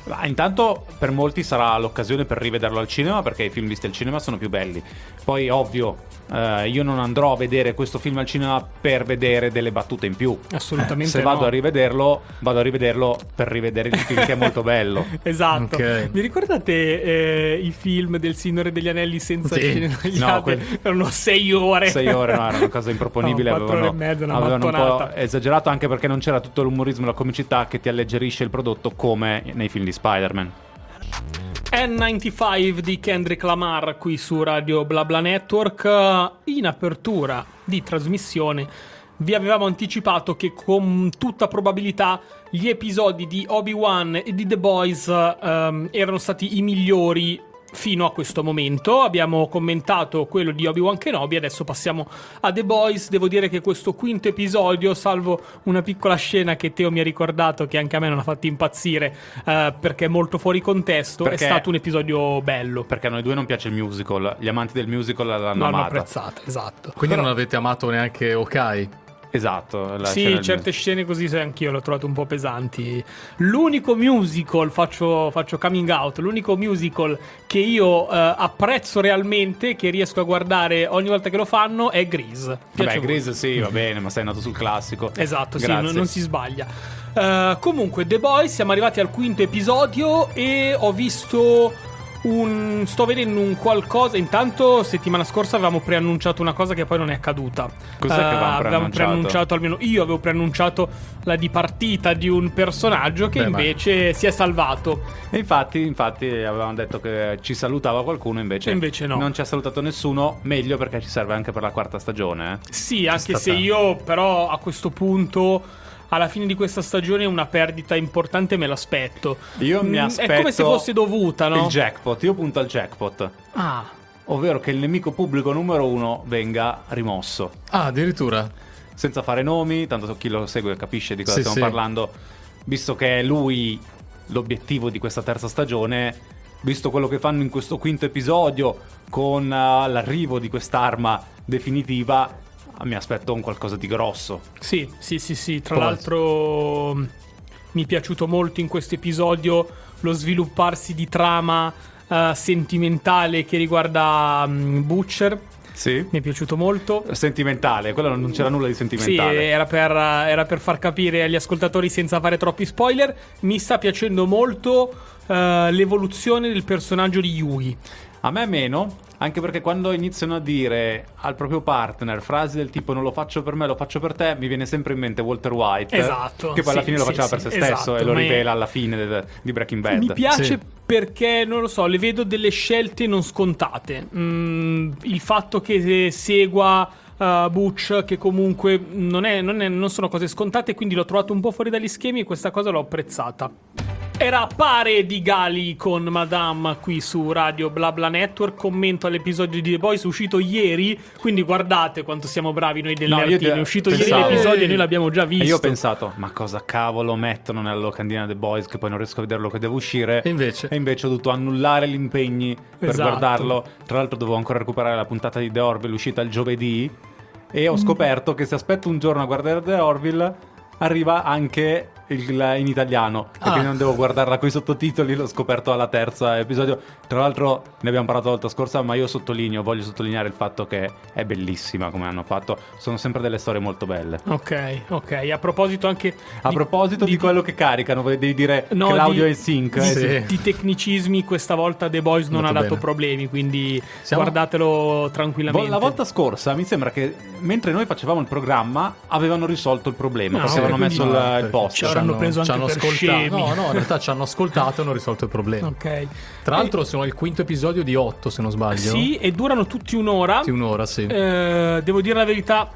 Ah, intanto per molti sarà l'occasione per rivederlo al cinema, perché i film visti al cinema sono più belli. Poi ovvio, eh, io non andrò a vedere questo film al cinema per vedere delle battute in più. Assolutamente Se vado no. a rivederlo, vado a rivederlo per rivedere il film che è molto bello. Esatto. Ok. Vi ricordate eh, i film del Signore degli Anelli senza Sì. scene No, tagliate? quelli- Erano sei ore. Sei ore, no, era una cosa improponibile. No, quattro avevano, ore e mezza, una avevano un po' mattonata. esagerato, anche perché non c'era tutto l'umorismo e la comicità che ti alleggerisce il prodotto come nei film di Spider-Man. N novantacinque di Kendrick Lamar qui su Radio BlaBla Network. In apertura di trasmissione vi avevamo anticipato che con tutta probabilità gli episodi di Obi-Wan e di The Boys ehm, erano stati i migliori fino a questo momento. Abbiamo commentato quello di Obi-Wan Kenobi, adesso passiamo a The Boys. Devo dire che questo quinto episodio, salvo una piccola scena che Teo mi ha ricordato, che anche a me non ha fatto impazzire eh, perché è molto fuori contesto, Perché- è stato un episodio bello. Perché a noi due non piace il musical. Gli amanti del musical l'hanno No, l'ho amata. apprezzato, esatto. Quindi Però- non avete amato neanche Okai? Esatto. La scena Sì, del certe scene così se anch'io l'ho trovato un po' pesanti. L'unico musical, faccio, faccio coming out, l'unico musical che io eh, apprezzo realmente, che riesco a guardare ogni volta che lo fanno, è Grease. Piace Vabbè, molto. Grease sì, va bene, ma sei nato sul classico. Esatto, sì, Grazie. non, non si sbaglia. Eh, comunque, The Boys, siamo arrivati al quinto episodio e ho visto un... sto vedendo un qualcosa. Intanto, settimana scorsa avevamo preannunciato una cosa che poi non è accaduta. Cos'è che avevamo avevamo preannunciato? preannunciato, almeno io avevo preannunciato la dipartita di un personaggio che Beh, ma- invece si è salvato. E infatti, infatti avevamo detto che ci salutava qualcuno, invece, E invece no. non ci ha salutato nessuno. Meglio, perché ci serve anche per la quarta stagione. eh. Sì, anche stata- se io però a questo punto, alla fine di questa stagione, una perdita importante me l'aspetto. Io mi Mm, aspetto È come se fosse dovuta, no? il jackpot. Io punto al jackpot, Ah, ovvero che il nemico pubblico numero uno venga rimosso. Ah, addirittura. Senza fare nomi, tanto chi lo segue capisce di cosa Sì, stiamo sì. parlando. Visto che è lui l'obiettivo di questa terza stagione, visto quello che fanno in questo quinto episodio con uh, l'arrivo di quest'arma definitiva, mi aspetto un qualcosa di grosso. sì, sì, sì, sì. Tra Può l'altro mh, mi è piaciuto molto in questo episodio lo svilupparsi di trama eh, sentimentale che riguarda mh, Butcher. Sì? Mi è piaciuto molto. Sentimentale, quello non c'era nulla di Sì, sentimentale. era per, era per far capire agli ascoltatori senza fare troppi spoiler. Mi sta piacendo molto eh, l'evoluzione del personaggio di Yui. A me meno, anche perché quando iniziano a dire al proprio partner frasi del tipo non lo faccio per me, lo faccio per te, mi viene sempre in mente Walter White. Esatto, Che poi alla sì, fine lo sì, faceva sì, per se stesso esatto, e lo ma è- rivela alla fine de- di Breaking Bad. Mi piace Sì. perché, non lo so, le vedo delle scelte non scontate. Mm, il fatto che segua uh, Butch, che comunque non, è, non, è, non sono cose scontate, quindi l'ho trovato un po' fuori dagli schemi e questa cosa l'ho apprezzata. Era Pare di Gali con Madame qui su Radio BlaBla Network. Commento all'episodio di The Boys uscito ieri, quindi guardate quanto siamo bravi noi del No, io Lertino. te- È uscito pensavo- ieri l'episodio e noi l'abbiamo già visto. E io ho pensato, ma cosa cavolo mettono nella locandina The Boys, che poi non riesco a vederlo che devo uscire. E invece? E invece ho dovuto annullare gli impegni per Esatto. guardarlo. Tra l'altro dovevo ancora recuperare la puntata di The Orville uscita il giovedì. E ho scoperto che se aspetto un giorno a guardare The Orville, arriva anche il- in italiano. E Ah. quindi non devo guardarla coi sottotitoli. L'ho scoperto alla terza episodio. Tra l'altro ne abbiamo parlato la volta scorsa, ma io sottolineo, voglio sottolineare il fatto che è bellissima come hanno fatto. Sono sempre delle storie molto belle. Ok, ok. A proposito anche A proposito di, quello che caricano, devi dire No, Claudio di- e Sync. di, eh, Sì. sì. di tecnicismi, questa volta The Boys non ha Molto dato bene. problemi, quindi Siamo- guardatelo tranquillamente. Vo- La volta scorsa mi sembra che mentre noi facevamo il programma avevano risolto il problema, No, perché avevano quindi- messo il, No, il perché post. Ci avranno preso anche ci hanno per ascoltato. scemi. No, no, in realtà ci hanno ascoltato e hanno risolto il problema. Ok. Tra l'altro sono il quinto episodio di otto, se non sbaglio. Sì, e durano tutti un'ora. Sì, un'ora, sì. Eh, devo dire la verità,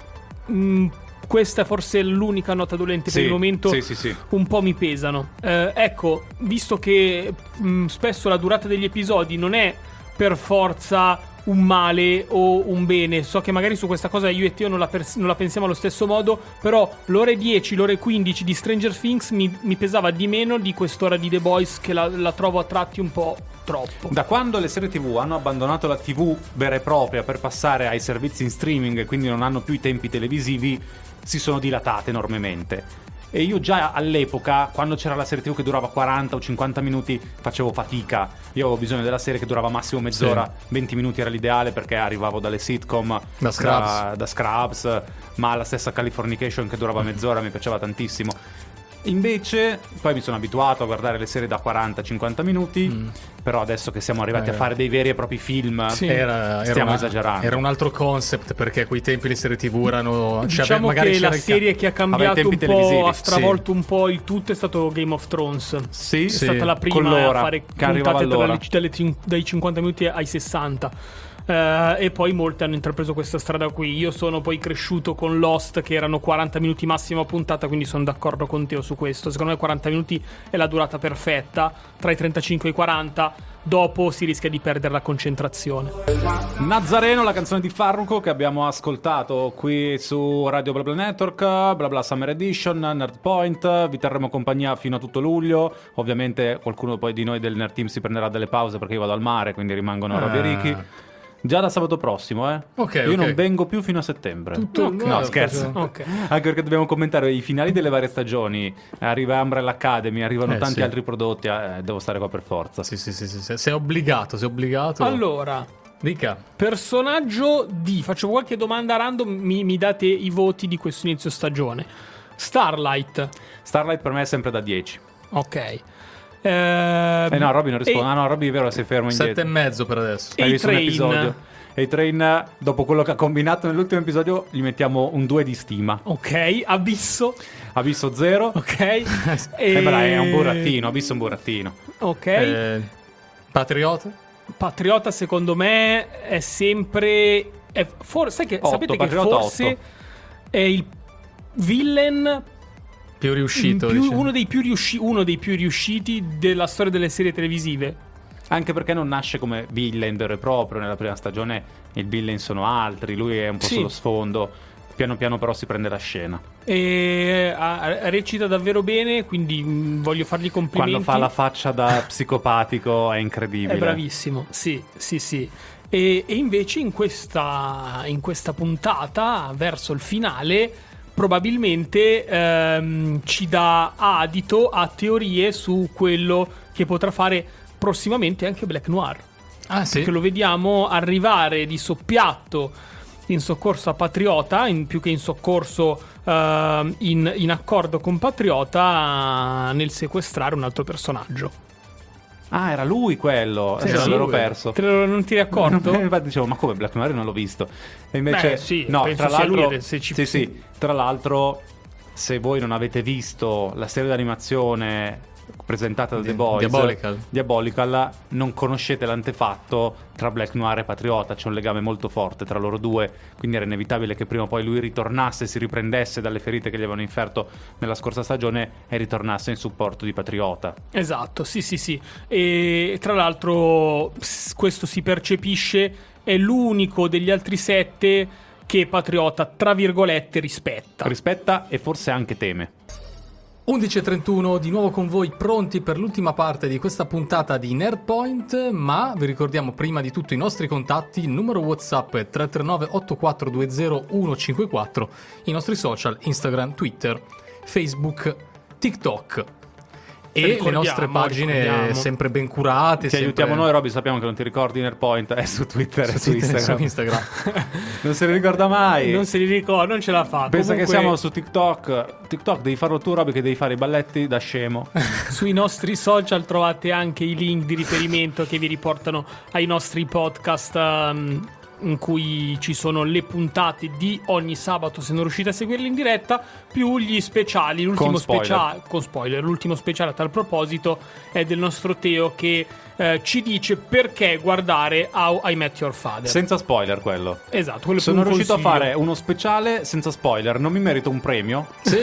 mh, questa è forse l'unica nota dolente Sì, per il momento. sì, sì, sì. Un po' mi pesano. Eh, ecco, visto che mh, spesso la durata degli episodi non è per forza un male o un bene, so che magari su questa cosa io e Teo non la, pers- non la pensiamo allo stesso modo, però l'ora dieci, l'ora quindici di Stranger Things mi, mi pesava di meno di quest'ora di The Boys, che la, la trovo a tratti un po' troppo. Da quando le serie tivù hanno abbandonato la tivù vera e propria per passare ai servizi in streaming e quindi non hanno più i tempi televisivi, si sono dilatate enormemente. E io già all'epoca, quando c'era la serie tivù che durava quaranta o cinquanta minuti, facevo fatica. Io avevo bisogno della serie che durava massimo mezz'ora, sì. venti minuti era l'ideale, perché arrivavo dalle sitcom, da Scrubs, da, da Scrubs, ma la stessa Californication che durava mezz'ora mi piaceva tantissimo. Invece poi mi sono abituato a guardare le serie da quaranta cinquanta minuti, mm. però adesso che siamo arrivati eh. a fare dei veri e propri film, sì. era, stiamo era una, esagerando. Era un altro concept, perché a quei tempi le serie tivù erano, diciamo cioè, magari che la serie che ha cambiato un po', ha stravolto sì. un po' il tutto, è stato Game of Thrones. Sì, è sì. stata la prima a fare puntate dalle, dalle, dai cinquanta minuti ai sessanta. Uh, e poi molti hanno intrapreso questa strada qui. Io sono poi cresciuto con Lost, che erano quaranta minuti massimo a puntata, quindi sono d'accordo con te su questo. Secondo me quaranta minuti è la durata perfetta, tra i trentacinque e i quaranta. Dopo si rischia di perdere la concentrazione. Nazareno, la canzone di Farruko che abbiamo ascoltato qui su Radio BlaBla Network, BlaBla Summer Edition, Nerdpoint. Vi terremo compagnia fino a tutto luglio. Ovviamente qualcuno poi di noi del Nerd Team si prenderà delle pause, perché io vado al mare, quindi rimangono ah. Roby e Ricky. Già da sabato prossimo, eh. Okay, Io okay. non vengo più fino a settembre. Tutto okay. No, scherzo. Okay. Anche perché dobbiamo commentare i finali delle varie stagioni. Arriva Umbrella Academy, arrivano eh, tanti sì. altri prodotti. Eh, devo stare qua per forza. Sì, sì, sì, sì, sì. Sei obbligato, sei obbligato. Allora, dica. Personaggio di. Faccio qualche domanda random. Mi, mi date i voti di questo inizio stagione. Starlight. Starlight per me è sempre da dieci. Ok. Eh, eh no, Robby non risponde. E... Ah no, Robby è vero, sei fermo indietro. Sette e mezzo per adesso. Hai visto un episodio? E Train, dopo quello che ha combinato nell'ultimo episodio, gli mettiamo un due di stima. Ok, Abisso. Abisso zero. Ok. E eh, beh, è un burattino, Abisso è un burattino. Ok. Eh, Patriota? Patriota secondo me è sempre... È for... Sai che, otto, sapete Patriota che forse otto. È il villain... Più riuscito, più, diciamo. uno, dei più riusci- uno dei più riusciti della storia delle serie televisive. Anche perché non nasce come villain vero e proprio. Nella prima stagione il villain sono altri, lui è un po' sì. sullo sfondo. Piano piano però si prende la scena. E a, recita davvero bene, quindi mh, voglio fargli complimenti. Quando fa la faccia da psicopatico è incredibile. È bravissimo, sì, sì, sì. E, e invece in questa, in questa puntata, verso il finale, probabilmente ehm, ci dà adito a teorie su quello che potrà fare prossimamente anche Black Noir. Ah sì? Perché lo vediamo arrivare di soppiatto in soccorso a Patriota, in, più che in soccorso uh, in, in accordo con Patriota, uh, nel sequestrare un altro personaggio. Ah, era lui quello. Sì, eh, sì, l'ero lui. perso. Te lo, non ti eri accorto? Infatti dicevo, ma come Black Noir non l'ho visto? E invece Beh, sì, no, penso tra sia l'altro lui, se ci- sì, sì, tra l'altro se voi non avete visto la serie d'animazione presentata da Di- The Boys, Diabolical. Diabolical, non conoscete l'antefatto tra Black Noir e Patriota, c'è un legame molto forte tra loro due, quindi era inevitabile che prima o poi lui ritornasse, si riprendesse dalle ferite che gli avevano inferto nella scorsa stagione e ritornasse in supporto di Patriota. Esatto, sì, sì, sì. E tra l'altro ps- questo si percepisce, è l'unico degli altri sette che Patriota, tra virgolette, rispetta. Rispetta e forse anche teme. undici e trentuno, di nuovo con voi, pronti per l'ultima parte di questa puntata di Nerdpoint, ma vi ricordiamo prima di tutto i nostri contatti. Il numero WhatsApp è tre tre nove otto quattro due zero uno cinque quattro, i nostri social Instagram, Twitter, Facebook, TikTok e le Ricordiamo, nostre pagine ricordiamo. sempre ben curate. Ti sempre... aiutiamo noi, Robby, sappiamo che non ti ricordi Nerdpoint, è su Twitter e su Twitter e su Instagram. Instagram. Non se ne ricorda mai. Non se li ricorda, non ce la fa. Pensa Comunque, che siamo su TikTok. TikTok devi farlo tu, Robby, che devi fare i balletti da scemo. sui nostri social trovate anche i link di riferimento che vi riportano ai nostri podcast, um, in cui ci sono le puntate di ogni sabato, se non riuscite a seguirle in diretta, più gli speciali. L'ultimo Con spoiler. speciale con spoiler, l'ultimo speciale a tal proposito è del nostro Teo che eh, ci dice perché guardare How I Met Your Father. Senza spoiler quello. Esatto, quello è Sono più un riuscito consiglio. a fare uno speciale senza spoiler. Non mi merito un premio? Sì.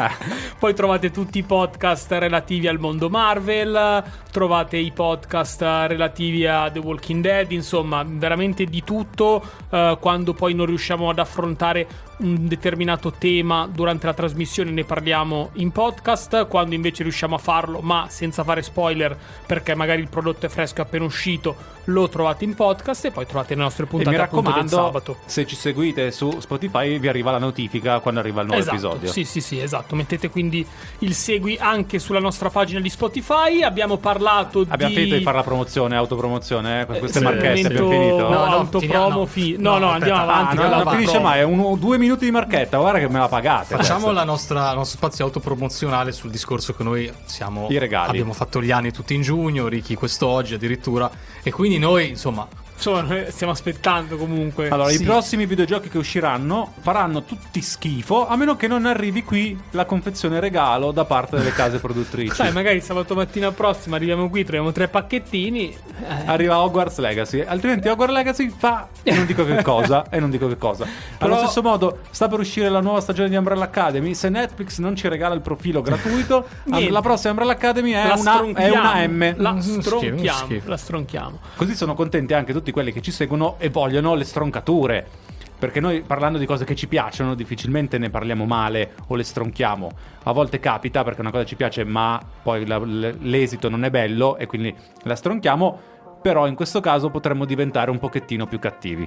Poi trovate tutti i podcast relativi al mondo Marvel, trovate i podcast relativi a The Walking Dead, insomma, veramente di tutto. soprattutto uh, quando poi non riusciamo ad affrontare un determinato tema durante la trasmissione ne parliamo in podcast, quando invece riusciamo a farlo ma senza fare spoiler perché magari il prodotto è fresco, è appena uscito, lo trovate in podcast e poi trovate le nostre puntate e mi appunto del sabato. Se ci seguite su Spotify vi arriva la notifica quando arriva il nuovo esatto, episodio. Sì sì sì esatto, mettete quindi il segui anche sulla nostra pagina di Spotify. Abbiamo parlato abbiamo di... finito di fare la promozione, autopromozione, eh? Con queste eh, marchette abbiamo finito. No, no, autopromo, fi... no, no, no, andiamo ah, avanti. No, non no, finisce mai, è un, due minuti di marchetta, guarda che me la pagate. Facciamo la nostra, il nostro spazio autopromozionale sul discorso che noi siamo, i regali. Abbiamo fatto gli anni tutti in giugno, Ricky quest'oggi addirittura, e quindi noi insomma Insomma, stiamo aspettando comunque. Allora, sì. i prossimi videogiochi che usciranno faranno tutti schifo, a meno che non arrivi qui la confezione regalo da parte delle case produttrici. Sai, magari sabato mattina prossima arriviamo qui, troviamo tre pacchettini. Eh. Arriva Hogwarts Legacy, altrimenti Hogwarts Legacy fa e non dico che cosa, e non dico che cosa. Però... Allo stesso modo, sta per uscire la nuova stagione di Umbrella Academy. Se Netflix non ci regala il profilo gratuito, la prossima Umbrella Academy è, una, è una M. La stronchiamo, la stronchiamo. Così sono contenti anche tutti quelli che ci seguono e vogliono le stroncature, perché noi parlando di cose che ci piacciono difficilmente ne parliamo male o le stronchiamo. A volte capita perché una cosa ci piace ma poi la, l'esito non è bello e quindi la stronchiamo, però in questo caso potremmo diventare un pochettino più cattivi.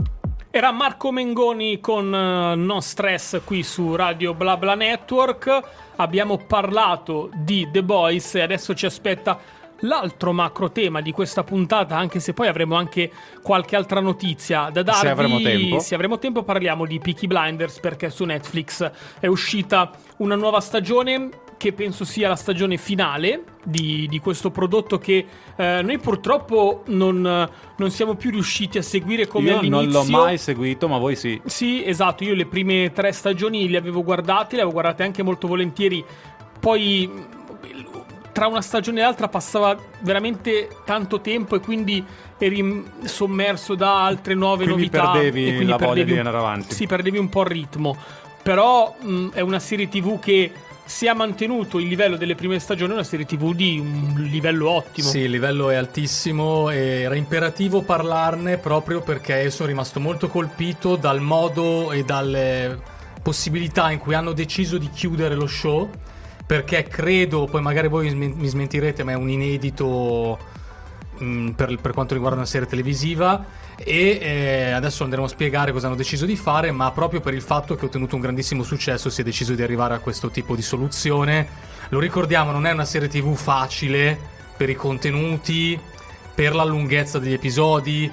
Era Marco Mengoni con uh, No Stress qui su Radio Bla Bla Network. Abbiamo parlato di The Boys e adesso ci aspetta l'altro macro tema di questa puntata, anche se poi avremo anche qualche altra notizia da darvi. Se avremo tempo. Se avremo tempo parliamo di Peaky Blinders, perché su Netflix è uscita una nuova stagione che penso sia la stagione finale di, di questo prodotto che eh, noi purtroppo non, non siamo più riusciti a seguire come io all'inizio. Io non l'ho mai seguito, ma voi sì. Sì, esatto, io le prime tre stagioni le avevo guardate, le avevo guardate anche molto volentieri, poi tra una stagione e l'altra passava veramente tanto tempo e quindi eri sommerso da altre nuove quindi novità. Perdevi e quindi la perdevi voglia di un... andare avanti. Sì, perdevi un po' il ritmo. Però mh, è una serie tivù che si è mantenuto il livello delle prime stagioni, una serie tivù di un livello ottimo. Sì, il livello è altissimo e era imperativo parlarne proprio perché io sono rimasto molto colpito dal modo e dalle possibilità in cui hanno deciso di chiudere lo show, perché credo, poi magari voi mi smentirete, ma è un inedito mh, per, per quanto riguarda una serie televisiva e eh, adesso andremo a spiegare cosa hanno deciso di fare, ma proprio per il fatto che ha ottenuto un grandissimo successo si è deciso di arrivare a questo tipo di soluzione. Lo ricordiamo, non è una serie tivù facile per i contenuti, per la lunghezza degli episodi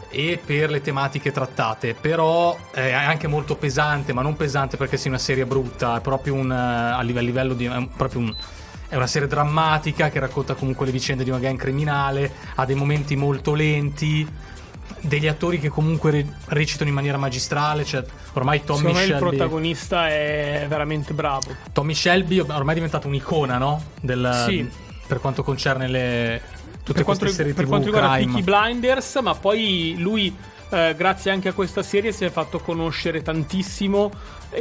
e per le tematiche trattate, però è anche molto pesante, ma non pesante perché sia una serie brutta, è proprio un a livello, a livello di è proprio un è una serie drammatica che racconta comunque le vicende di una gang criminale, ha dei momenti molto lenti, degli attori che comunque re- recitano in maniera magistrale, cioè ormai Tommy Shelby, Shelby, il protagonista è veramente bravo. Tommy Shelby ormai è diventato un'icona, no? Del, sì. Per quanto concerne le tutte per quanto, queste serie per tivù, quanto riguarda crime. Peaky Blinders, ma poi lui eh, grazie anche a questa serie si è fatto conoscere tantissimo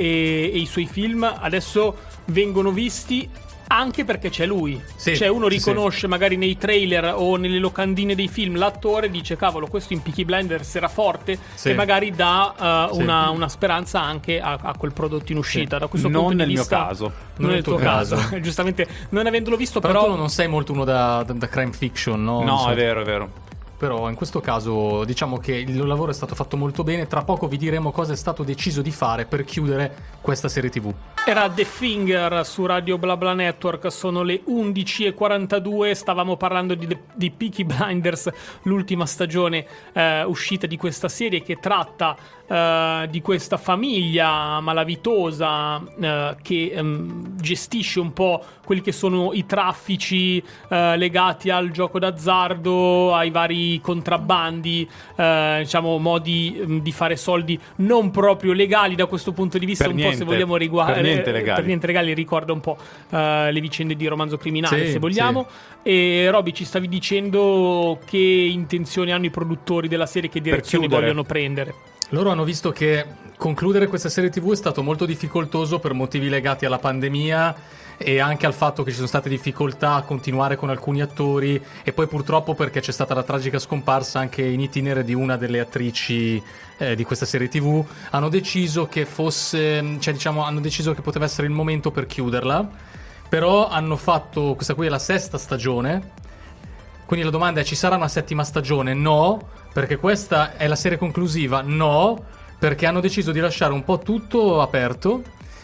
e, e i suoi film adesso vengono visti anche perché c'è lui. Sì, cioè uno sì, riconosce sì. magari nei trailer o nelle locandine dei film l'attore, dice cavolo questo in Peaky Blinders era forte, sì. E magari dà uh, sì. una, una speranza anche a, a quel prodotto in uscita, sì. Da questo non punto nel di vista, mio caso non nel tuo caso, caso. Giustamente non avendolo visto, però, però tu non sei molto uno da, da, da crime fiction, no? No, so. è vero, è vero. Però in questo caso diciamo che il lavoro è stato fatto molto bene. Tra poco vi diremo cosa è stato deciso di fare per chiudere questa serie tivù. Era The Finger su Radio Bla Bla Network, sono le undici e quarantadue, stavamo parlando di, di Peaky Blinders, l'ultima stagione eh, uscita di questa serie che tratta eh, di questa famiglia malavitosa eh, che ehm, gestisce un po' quelli che sono i traffici eh, legati al gioco d'azzardo, ai vari contrabbandi, eh, diciamo modi mh, di fare soldi non proprio legali da questo punto di vista, per un niente, po' se vogliamo riguardare per legali. Per niente legali, ricorda un po' uh, le vicende di Romanzo Criminale, sì, se vogliamo. Sì. E Roby, ci stavi dicendo che intenzioni hanno i produttori della serie, che direzioni vogliono prendere. Loro hanno visto che concludere questa serie tivù è stato molto difficoltoso per motivi legati alla pandemia e anche al fatto che ci sono state difficoltà a continuare con alcuni attori, e poi purtroppo perché c'è stata la tragica scomparsa anche in itinere di una delle attrici eh, di questa serie tivù. Hanno deciso che fosse, cioè diciamo, hanno deciso che poteva essere il momento per chiuderla, però hanno fatto, questa qui è la sesta stagione, quindi la domanda è: ci sarà una settima stagione? No, perché questa è la serie conclusiva. No, perché hanno deciso di lasciare un po' tutto aperto,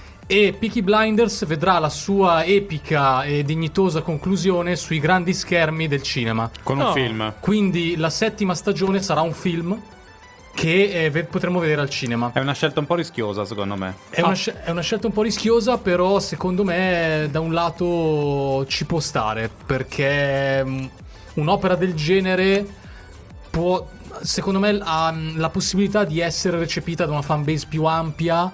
e Peaky Blinders vedrà la sua epica e dignitosa conclusione sui grandi schermi del cinema. Con un No. film. Quindi la settima stagione sarà un film che eh, ve- potremo vedere al cinema. È una scelta un po' rischiosa, secondo me. È una, scel- è una scelta un po' rischiosa, però secondo me da un lato ci può stare, perché mh, un'opera del genere può, secondo me, ha mh, la possibilità di essere recepita da una fanbase più ampia,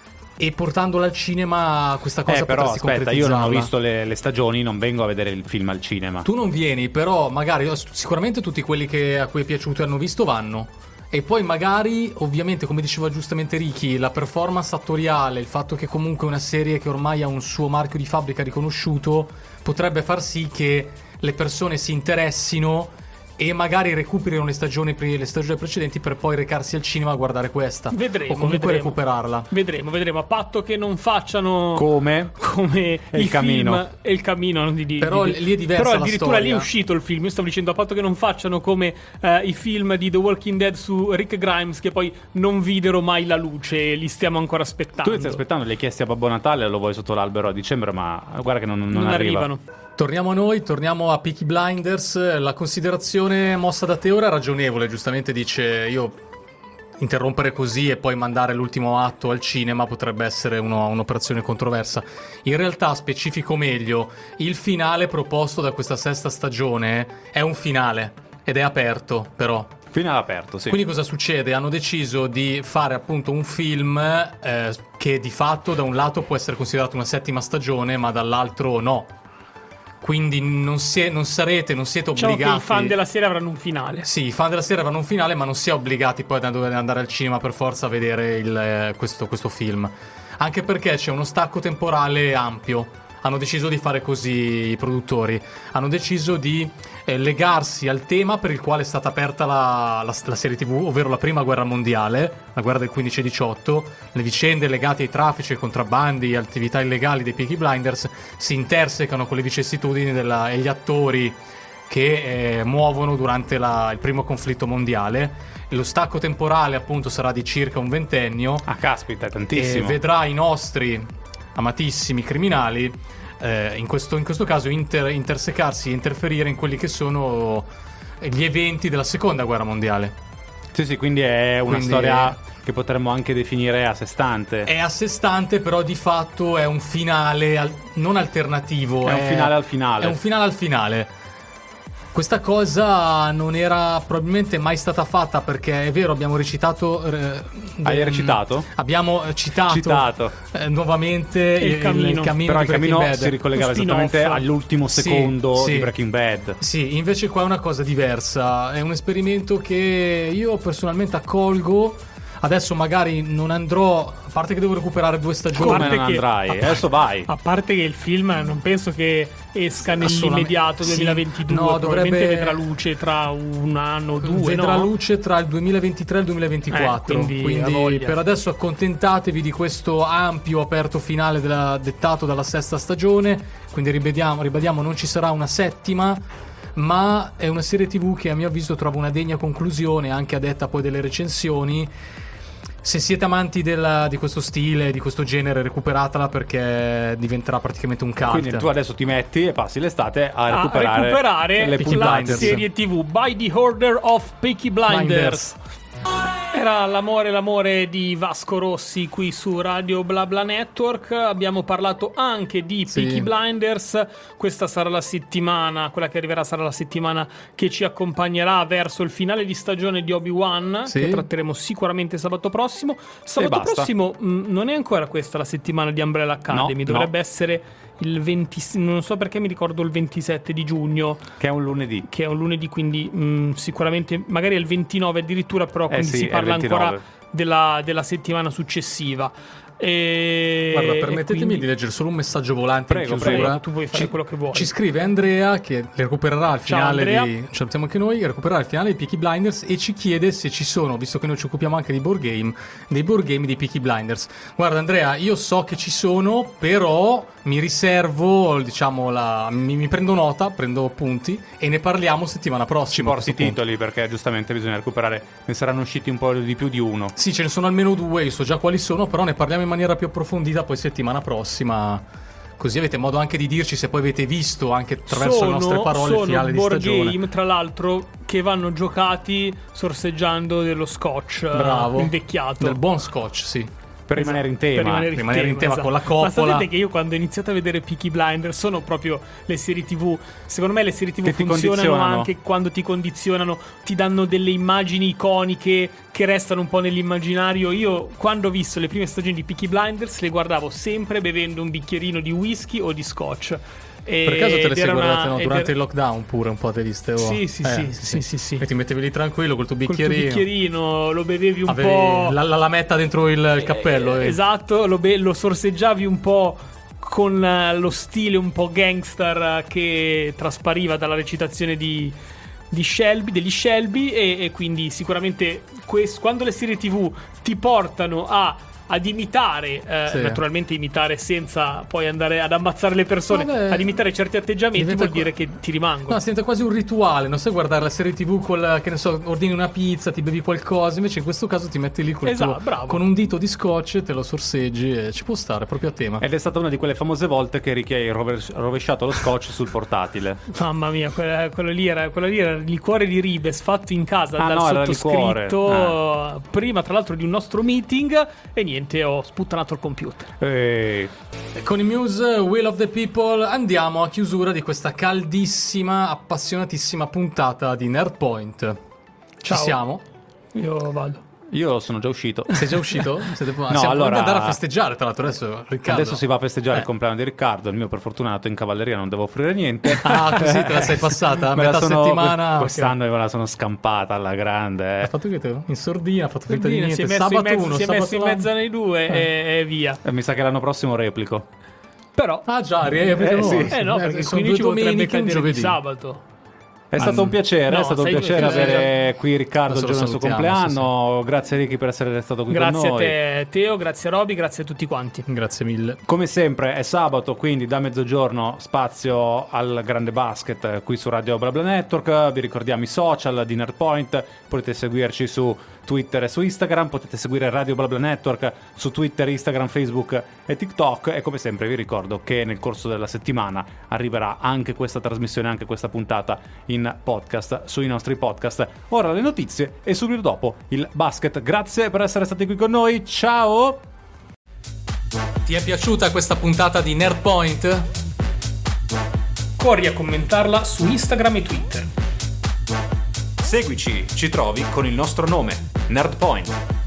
e portandola al cinema questa cosa Eh, però potresti aspetta, io non ho concretizzarla. visto le, le stagioni, non vengo a vedere il film al cinema. Tu non vieni, però magari sicuramente tutti quelli che, a cui è piaciuto e hanno visto vanno. E poi magari, ovviamente, come diceva giustamente Ricky, la performance attoriale, il fatto che comunque è una serie che ormai ha un suo marchio di fabbrica riconosciuto, potrebbe far sì che le persone si interessino e magari recuperino le stagioni, pre- le stagioni precedenti per poi recarsi al cinema a guardare questa. Vedremo, o comunque vedremo. recuperarla. Vedremo, vedremo, a patto che non facciano Come? come E i il camino. film e il camino di, di- Però di- lì è diversa però la addirittura lì è storia. uscito il film. Io stavo dicendo, a patto che non facciano come eh, i film di The Walking Dead su Rick Grimes, che poi non videro mai la luce, e li stiamo ancora aspettando. Tu li stai aspettando, li hai chiesti a Babbo Natale, lo vuoi sotto l'albero a dicembre, ma guarda che non, non non arriva. arrivano. Torniamo a noi, torniamo a Peaky Blinders. La considerazione mossa da Teo era ragionevole, giustamente dice: io interrompere così e poi mandare l'ultimo atto al cinema potrebbe essere uno- un'operazione controversa. In realtà specifico meglio, il finale proposto da questa sesta stagione è un finale ed è aperto, però. Finale aperto, sì. Quindi cosa succede? Hanno deciso di fare appunto un film eh, che di fatto da un lato può essere considerato una settima stagione, ma dall'altro no. Quindi non, si è- non sarete, non siete Diciamo obbligati. che i fan della serie avranno un finale. Sì, i fan della serie avranno un finale, ma non si è obbligati poi a dover andare al cinema per forza a vedere il, eh, questo, questo film. Anche perché c'è uno stacco temporale ampio. Hanno deciso di fare così i produttori. Hanno deciso di eh, legarsi al tema per il quale è stata aperta la, la, la serie tivù, ovvero la prima guerra mondiale, la guerra del quindici e diciotto. Le vicende legate ai traffici, ai contrabbandi, attività illegali dei Peaky Blinders si intersecano con le vicissitudini della, e gli attori che eh, muovono durante la, il primo conflitto mondiale. Lo stacco temporale appunto sarà di circa un ventennio. Ah, caspita, è E tantissimo. vedrà i nostri amatissimi criminali eh, in, questo, in questo caso inter- intersecarsi e interferire in quelli che sono gli eventi della seconda guerra mondiale. Sì, sì, quindi è una Quindi storia che potremmo anche definire a sé stante. È a sé stante, però di fatto è un finale al- non alternativo. È un finale al finale. È un finale al finale. Questa cosa non era probabilmente mai stata fatta, perché è vero, abbiamo recitato. eh, Hai de- recitato? Abbiamo citato, Citato. eh, nuovamente Il il, cammino. il cammino Però di il Breaking cammino Bad. si ricollegava Spin-off. esattamente all'ultimo Sì, secondo sì. di Breaking Bad. Sì, invece qua è una cosa diversa. È un esperimento che io personalmente accolgo. Adesso magari non andrò, a parte che devo recuperare due stagioni. Come parte non che- andrai? a- Adesso vai. A parte che il film non penso che esca nell'immediato Sì. duemilaventidue, No, probabilmente dovrebbe- vedrà luce tra un anno o due, Vedrà no? luce tra il duemilaventitré e il duemilaventiquattro. Eh, quindi quindi ha voglia. per adesso accontentatevi di questo ampio aperto finale della- dettato dalla sesta stagione. Quindi ribadiamo, ribadiamo, non ci sarà una settima, ma è una serie tivù che a mio avviso trova una degna conclusione, anche a detta poi delle recensioni. Se siete amanti della- di questo stile, di questo genere, recuperatela, perché diventerà praticamente un cult. Quindi tu adesso ti metti e passi l'estate a A recuperare, recuperare le Peaky la puntate. Blinders. serie tivù By the Order of Peaky Blinders. Blinders. Era l'amore, l'amore di Vasco Rossi qui su Radio BlaBla Network. Abbiamo parlato anche di Sì. Peaky Blinders. Questa sarà la settimana, quella che arriverà sarà la settimana che ci accompagnerà verso il finale di stagione di Obi-Wan, Sì. che tratteremo sicuramente sabato prossimo. Sabato basta. prossimo mh, non è ancora questa la settimana di Umbrella Academy, No, dovrebbe no. essere il venti, non so perché mi ricordo il ventisette di giugno, Che è un lunedì. che è un lunedì, quindi mh, sicuramente magari è il ventinove addirittura, però quindi sì, si è il parla ancora ventinove. della, della settimana successiva. E, Guarda, permettetemi quindi... di leggere solo un messaggio volante Prego, in chiusura. prego, tu puoi fare ci, quello che vuoi. Ci scrive Andrea che le recupererà al Ciao, finale Andrea. di ci salutiamo anche noi, recupererà al finale di Peaky Blinders e ci chiede se ci sono, visto che noi ci occupiamo anche di board game, dei board game di Peaky Blinders. Guarda Andrea, io so che ci sono, però mi riservo, diciamo, la mi, mi prendo nota, prendo punti e ne parliamo settimana Ci prossima. porti i titoli perché giustamente bisogna recuperare, ne saranno usciti un po' di più di uno. Sì, ce ne sono almeno due, io so già quali sono, però ne parliamo in maniera più approfondita poi settimana prossima, così avete modo anche di dirci se poi avete visto anche attraverso sono, le nostre parole il finale di sono board stagione. game, tra l'altro, che vanno giocati sorseggiando dello scotch Bravo. eh, invecchiato. Del buon scotch, sì. Per rimanere in tema. Per rimanere, rimanere in tema esatto. con la coppola. Ma sapete che io quando ho iniziato a vedere Peaky Blinders sono proprio le serie tv. Secondo me le serie tv Che ti funzionano condizionano. anche quando ti condizionano, ti danno delle immagini iconiche che restano un po' nell'immaginario. Io quando ho visto le prime stagioni di Peaky Blinders le guardavo sempre bevendo un bicchierino di whisky o di scotch. Per caso te le Ed sei era una- guardate no, ed durante era- il lockdown pure un po' te viste? Oh. Sì, sì, Eh, sì, sì, sì, sì. E ti mettevi lì tranquillo col tuo Col tuo bicchierino. bicchierino lo bevevi un Avevi po'. la, la lametta dentro il, il cappello. Eh, eh. Esatto, lo, be- lo sorseggiavi un po' con eh, lo stile un po' gangster eh, che traspariva dalla recitazione di, di Shelby, degli Shelby e, e quindi sicuramente quest- quando le serie tv ti portano a ad imitare, eh, Sì. naturalmente imitare senza poi andare ad ammazzare le persone, Vabbè. ad imitare certi atteggiamenti Diventa vuol dire qua- che ti rimangono. No, sente quasi un rituale, non sai guardare la serie tv col, che ne so, ordini una pizza, ti bevi qualcosa, invece in questo caso ti metti lì col Esatto, tuo- bravo. con un dito di scotch, te lo sorseggi e ci può stare proprio a tema. Ed è stata una di quelle famose volte che Ricky hai rover- rovesciato lo scotch sul portatile. Mamma mia, quello, quello lì era, quello lì era il liquore di Ribes fatto in casa Ah, dal no, era sottoscritto liquore. prima tra l'altro di un nostro meeting e niente, ho sputtanato il computer. E... E con i Muse Will of the People andiamo a chiusura di questa caldissima, appassionatissima puntata di Nerdpoint. Ci Ciao. siamo? Io vado. Io sono già uscito. Sei già uscito? Siete... No, Siamo allora- andare a festeggiare, tra l'altro adesso Riccardo. Adesso si va a festeggiare Eh. il compleanno di Riccardo. Il mio, per fortunato, in cavalleria non devo offrire niente. Ah, così te la sei passata? A Me la metà sono- settimana? Quest'anno me la sono scampata alla grande. Ha Eh. fatto che te? In sordina, ha fatto finta di Quindi niente. si è messo, in Sabato mezzo, uno, si è sabato messo in l'altro. mezzo nei due e, e via. E mi sa che l'anno prossimo replico. Però Ah già, riepri Eh, sì. eh no, perché sono quindi ci due potrebbe domeniche, un cadere di giovedì. sabato. È stato un piacere, no, è stato un sai- piacere sì, avere qui Riccardo Adesso il giorno lo del suo salutiamo, compleanno. Grazie Ricky per essere stato qui Grazie con a noi. te Teo, grazie a Roby, grazie a tutti quanti. Grazie mille. Come sempre è sabato, quindi da mezzogiorno spazio al grande basket qui su Radio BlaBla Network. Vi ricordiamo i social di Nerdpoint, potete seguirci su Twitter e su Instagram, potete seguire Radio BlaBla Network su Twitter, Instagram, Facebook e TikTok. E come sempre vi ricordo che nel corso della settimana arriverà anche questa trasmissione, anche questa puntata in podcast sui nostri podcast. Ora le notizie e subito dopo il basket. Grazie per essere stati qui con noi, ciao! Ti è piaciuta questa puntata di Nerdpoint? Corri a commentarla su Instagram e Twitter. Seguici, ci trovi con il nostro nome, Nerdpoint.